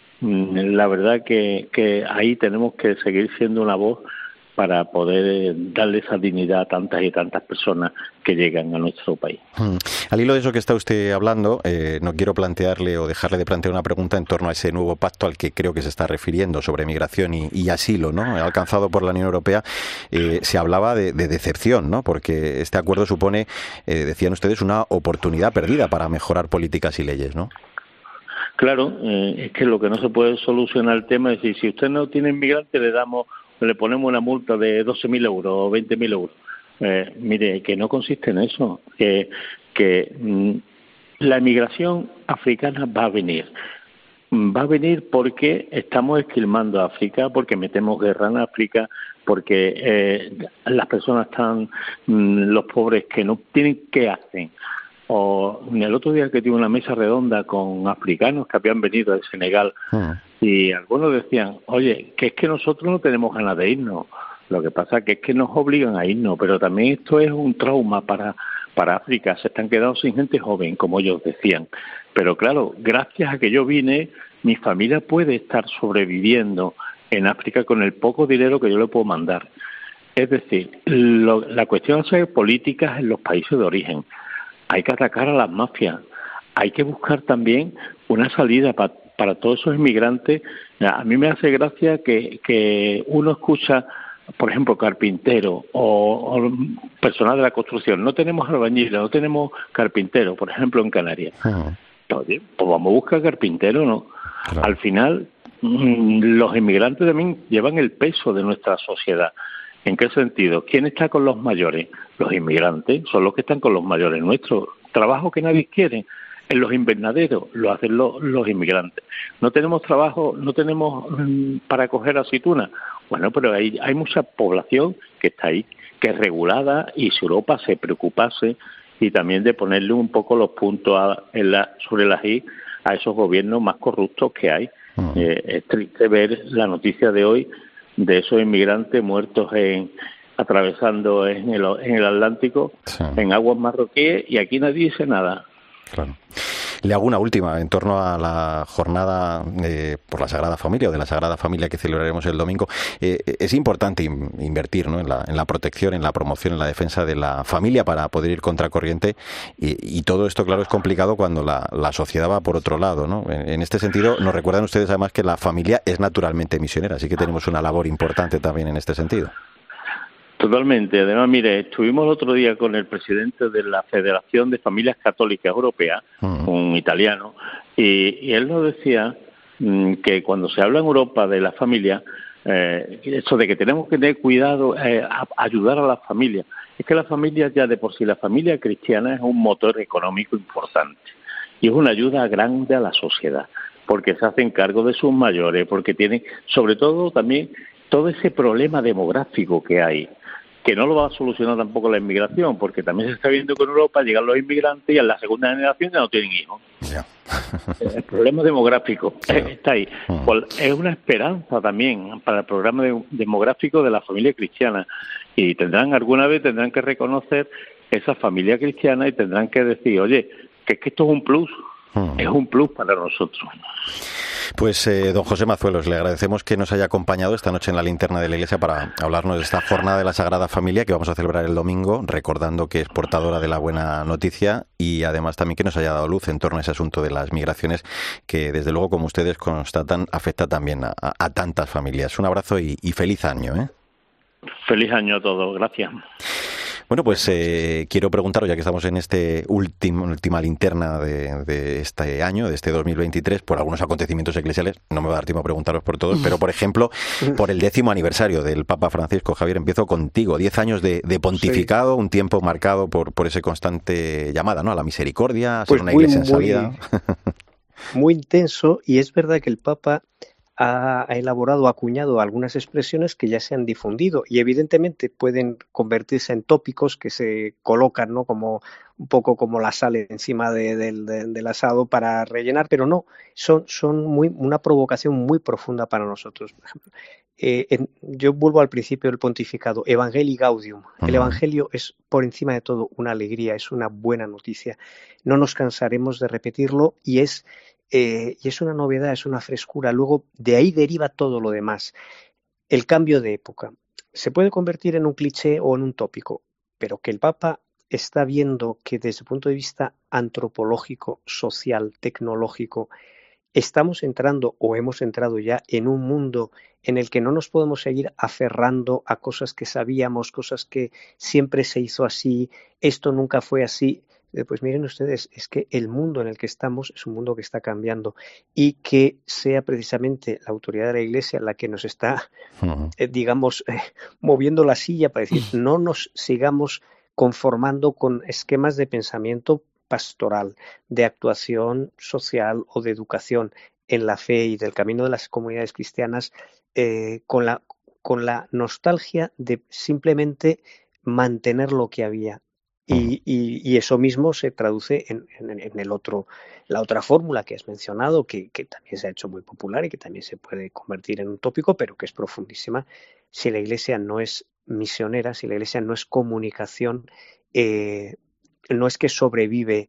La verdad que, que ahí tenemos que seguir siendo una voz para poder darle esa dignidad a tantas y tantas personas que llegan a nuestro país. Hmm. Al hilo de eso que está usted hablando, eh, no quiero plantearle o dejarle de plantear una pregunta en torno a ese nuevo pacto al que creo que se está refiriendo sobre migración y, y asilo, ¿no? Alcanzado por la Unión Europea. Eh, se hablaba de, de decepción, ¿no? Porque este acuerdo supone, eh, decían ustedes, una oportunidad perdida para mejorar políticas y leyes, ¿no? Claro, eh, es que lo que no se puede solucionar el tema es decir, si usted no tiene inmigrante, le damos le ponemos una multa de doce mil euros o veinte mil euros. Eh, mire, que no consiste en eso, que, que mm, la emigración africana va a venir. Va a venir porque estamos esquilmando a África, porque metemos guerra en África, porque eh, las personas están, mm, los pobres que no tienen, ¿qué hacen? O el otro día que tuve una mesa redonda con africanos que habían venido de Senegal, uh-huh. y algunos decían, oye, que es que nosotros no tenemos ganas de irnos, lo que pasa que es que nos obligan a irnos, pero también esto es un trauma para, para África, se están quedando sin gente joven, como ellos decían, pero claro, gracias a que yo vine, mi familia puede estar sobreviviendo en África con el poco dinero que yo le puedo mandar. Es decir, lo, la cuestión es hacer políticas en los países de origen. Hay que atacar a las mafias, hay que buscar también una salida para para todos esos inmigrantes. A mí me hace gracia que, que uno escucha, por ejemplo, carpintero o, o personal de la construcción. No tenemos albañiles, no tenemos carpintero, por ejemplo, en Canarias. Uh-huh. Oye, pues vamos a buscar carpintero, ¿no? Claro. Al final, mmm, los inmigrantes también llevan el peso de nuestra sociedad. ¿En qué sentido? ¿Quién está con los mayores? Los inmigrantes son los que están con los mayores nuestros. Trabajo que nadie quiere. En los invernaderos lo hacen los, los inmigrantes. No tenemos trabajo, no tenemos mmm, para coger aceitunas. Bueno, pero hay, hay mucha población que está ahí, que es regulada, y si Europa se preocupase y también de ponerle un poco los puntos a, en la, sobre las i a esos gobiernos más corruptos que hay. Uh-huh. Eh, es triste ver la noticia de hoy de esos inmigrantes muertos en atravesando en el, en el Atlántico, sí, en aguas marroquíes, y aquí nadie dice nada. Claro. Le hago una última en torno a la jornada eh, por la Sagrada Familia o de la Sagrada Familia que celebraremos el domingo. Eh, es importante in, invertir, ¿no?, en la, en la protección, en la promoción, en la defensa de la familia para poder ir contracorriente, y, y todo esto, claro, es complicado cuando la, la sociedad va por otro lado, ¿no? En, en este sentido, nos recuerdan ustedes además que la familia es naturalmente misionera, así que tenemos una labor importante también en este sentido. Totalmente. Además, mire, estuvimos el otro día con el presidente de la Federación de Familias Católicas Europeas, uh-huh, un italiano, y, y él nos decía mmm, que cuando se habla en Europa de la familia, eh, eso de que tenemos que tener cuidado, eh, a, ayudar a las familias. Es que la familia ya de por sí, la familia cristiana es un motor económico importante y es una ayuda grande a la sociedad, porque se hacen cargo de sus mayores, porque tienen, sobre todo también, todo ese problema demográfico que hay, que no lo va a solucionar tampoco la inmigración, porque también se está viendo que en Europa llegan los inmigrantes y en la segunda generación ya no tienen hijos. Yeah. El problema demográfico yeah. está ahí. Uh-huh. Pues es una esperanza también para el programa de, demográfico de la familia cristiana, y tendrán alguna vez tendrán que reconocer esa familia cristiana y tendrán que decir, oye, que es que esto es un plus, uh-huh, es un plus para nosotros. Pues eh, don José Mazuelos, le agradecemos que nos haya acompañado esta noche en la linterna de la Iglesia para hablarnos de esta jornada de la Sagrada Familia que vamos a celebrar el domingo, recordando que es portadora de la buena noticia, y además también que nos haya dado luz en torno a ese asunto de las migraciones que, desde luego, como ustedes constatan, afecta también a, a, a tantas familias. Un abrazo y, y feliz año, ¿eh? Feliz año a todos, gracias. Bueno, pues eh, quiero preguntaros, ya que estamos en este último, última linterna de, de este año, de este dos mil veintitrés, por algunos acontecimientos eclesiales, no me va a dar tiempo a preguntaros por todos, pero por ejemplo, por el décimo aniversario del Papa Francisco. Javier, empiezo contigo. Diez años de, de pontificado, sí, un tiempo marcado por, por esa constante llamada, ¿no?, a la misericordia, a ser pues una muy, iglesia en salida. Muy, muy intenso, y es verdad que el Papa ha elaborado, ha acuñado algunas expresiones que ya se han difundido y evidentemente pueden convertirse en tópicos que se colocan, ¿no?, como un poco como la sal encima de, de, de, del asado para rellenar, pero no, son, son muy, una provocación muy profunda para nosotros. Por ejemplo, eh, en, yo vuelvo al principio del pontificado, Evangelii Gaudium. Uh-huh. El Evangelio es por encima de todo una alegría, es una buena noticia. No nos cansaremos de repetirlo, y es Eh, y es una novedad, es una frescura. Luego de ahí deriva todo lo demás. El cambio de época se puede convertir en un cliché o en un tópico, pero que el Papa está viendo que desde el punto de vista antropológico, social, tecnológico, estamos entrando o hemos entrado ya en un mundo en el que no nos podemos seguir aferrando a cosas que sabíamos, cosas que siempre se hizo así, esto nunca fue así. Pues miren ustedes, es que el mundo en el que estamos es un mundo que está cambiando, y que sea precisamente la autoridad de la Iglesia la que nos está, uh-huh, eh, digamos, eh, moviendo la silla para decir, no nos sigamos conformando con esquemas de pensamiento pastoral, de actuación social o de educación en la fe y del camino de las comunidades cristianas, eh, con la, con la nostalgia de simplemente mantener lo que había. Y, y, y eso mismo se traduce en, en, en el otro, la otra fórmula que has mencionado, que, que también se ha hecho muy popular y que también se puede convertir en un tópico, pero que es profundísima. Si la Iglesia no es misionera, si la Iglesia no es comunicación, eh, no es que sobrevive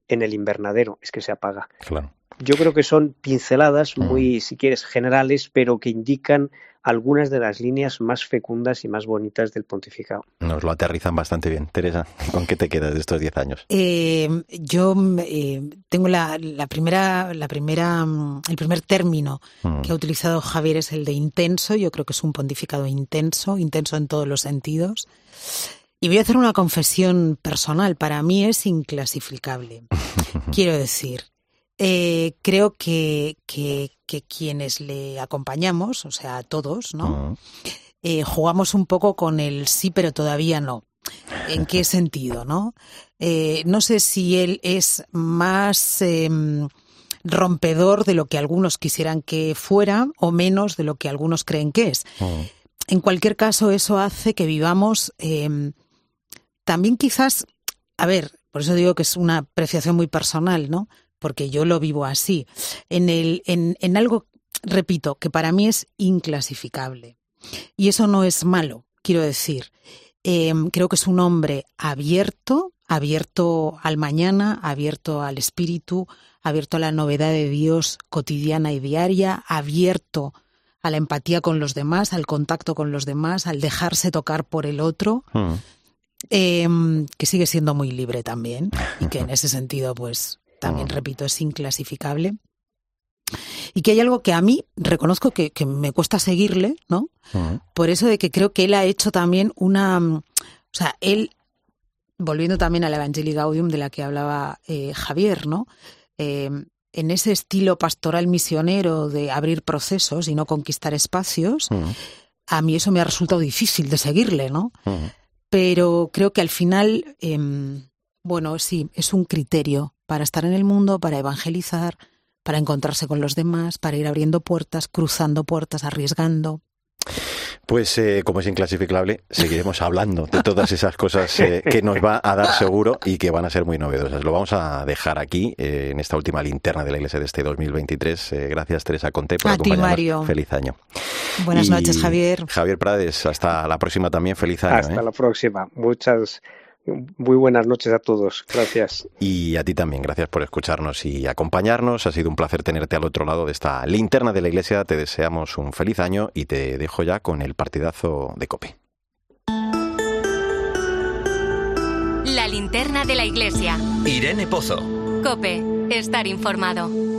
en el invernadero, es que se apaga. Claro. Yo creo que son pinceladas muy, si quieres, generales, pero que indican algunas de las líneas más fecundas y más bonitas del pontificado. Nos lo aterrizan bastante bien. Teresa, ¿con qué te quedas de estos diez años? Eh, yo eh, tengo la, la primera, la primera, el primer término mm. que ha utilizado Javier es el de intenso. Yo creo que es un pontificado intenso, intenso en todos los sentidos. Y voy a hacer una confesión personal. Para mí es inclasificable. Quiero decir, eh, creo que, que, que quienes le acompañamos, o sea, todos, ¿no? Uh-huh. Eh, jugamos un poco con el sí, pero todavía no. ¿En qué sentido, no? Eh, no sé si él es más eh, rompedor de lo que algunos quisieran que fuera o menos de lo que algunos creen que es. Uh-huh. En cualquier caso, eso hace que vivamos eh, también quizás, a ver, por eso digo que es una apreciación muy personal, ¿no? Porque yo lo vivo así, en, el, en, en algo, repito, que para mí es inclasificable. Y eso no es malo, quiero decir. Eh, creo que es un hombre abierto, abierto al mañana, abierto al espíritu, abierto a la novedad de Dios cotidiana y diaria, abierto a la empatía con los demás, al contacto con los demás, al dejarse tocar por el otro, mm. eh, que sigue siendo muy libre también y que en ese sentido, pues, también, mm. repito, es inclasificable. Y que hay algo que a mí reconozco que, que me cuesta seguirle, ¿no? Mm. Por eso de que creo que él ha hecho también una... O sea, él, volviendo también a la Evangelii Gaudium de la que hablaba eh, Javier, ¿no? Eh, en ese estilo pastoral misionero de abrir procesos y no conquistar espacios, uh-huh. a mí eso me ha resultado difícil de seguirle, ¿no? Uh-huh. Pero creo que al final, eh, bueno, sí, es un criterio para estar en el mundo, para evangelizar, para encontrarse con los demás, para ir abriendo puertas, cruzando puertas, arriesgando. Pues eh, como es inclasificable, seguiremos hablando de todas esas cosas eh, que nos va a dar seguro y que van a ser muy novedosas. Lo vamos a dejar aquí, eh, en esta última linterna de la Iglesia de este dos mil veintitrés. Eh, gracias, Teresa Conte, por a acompañarnos. Ti, Mario. Feliz año. Buenas y noches, Javier. Javier Prades, hasta la próxima también. Feliz año. Hasta ¿eh? la próxima. Muchas Muy buenas noches a todos. Gracias. Y a ti también. Gracias por escucharnos y acompañarnos. Ha sido un placer tenerte al otro lado de esta linterna de la Iglesia. Te deseamos un feliz año y te dejo ya con el partidazo de COPE. La linterna de la Iglesia. Irene Pozo. COPE. Estar informado.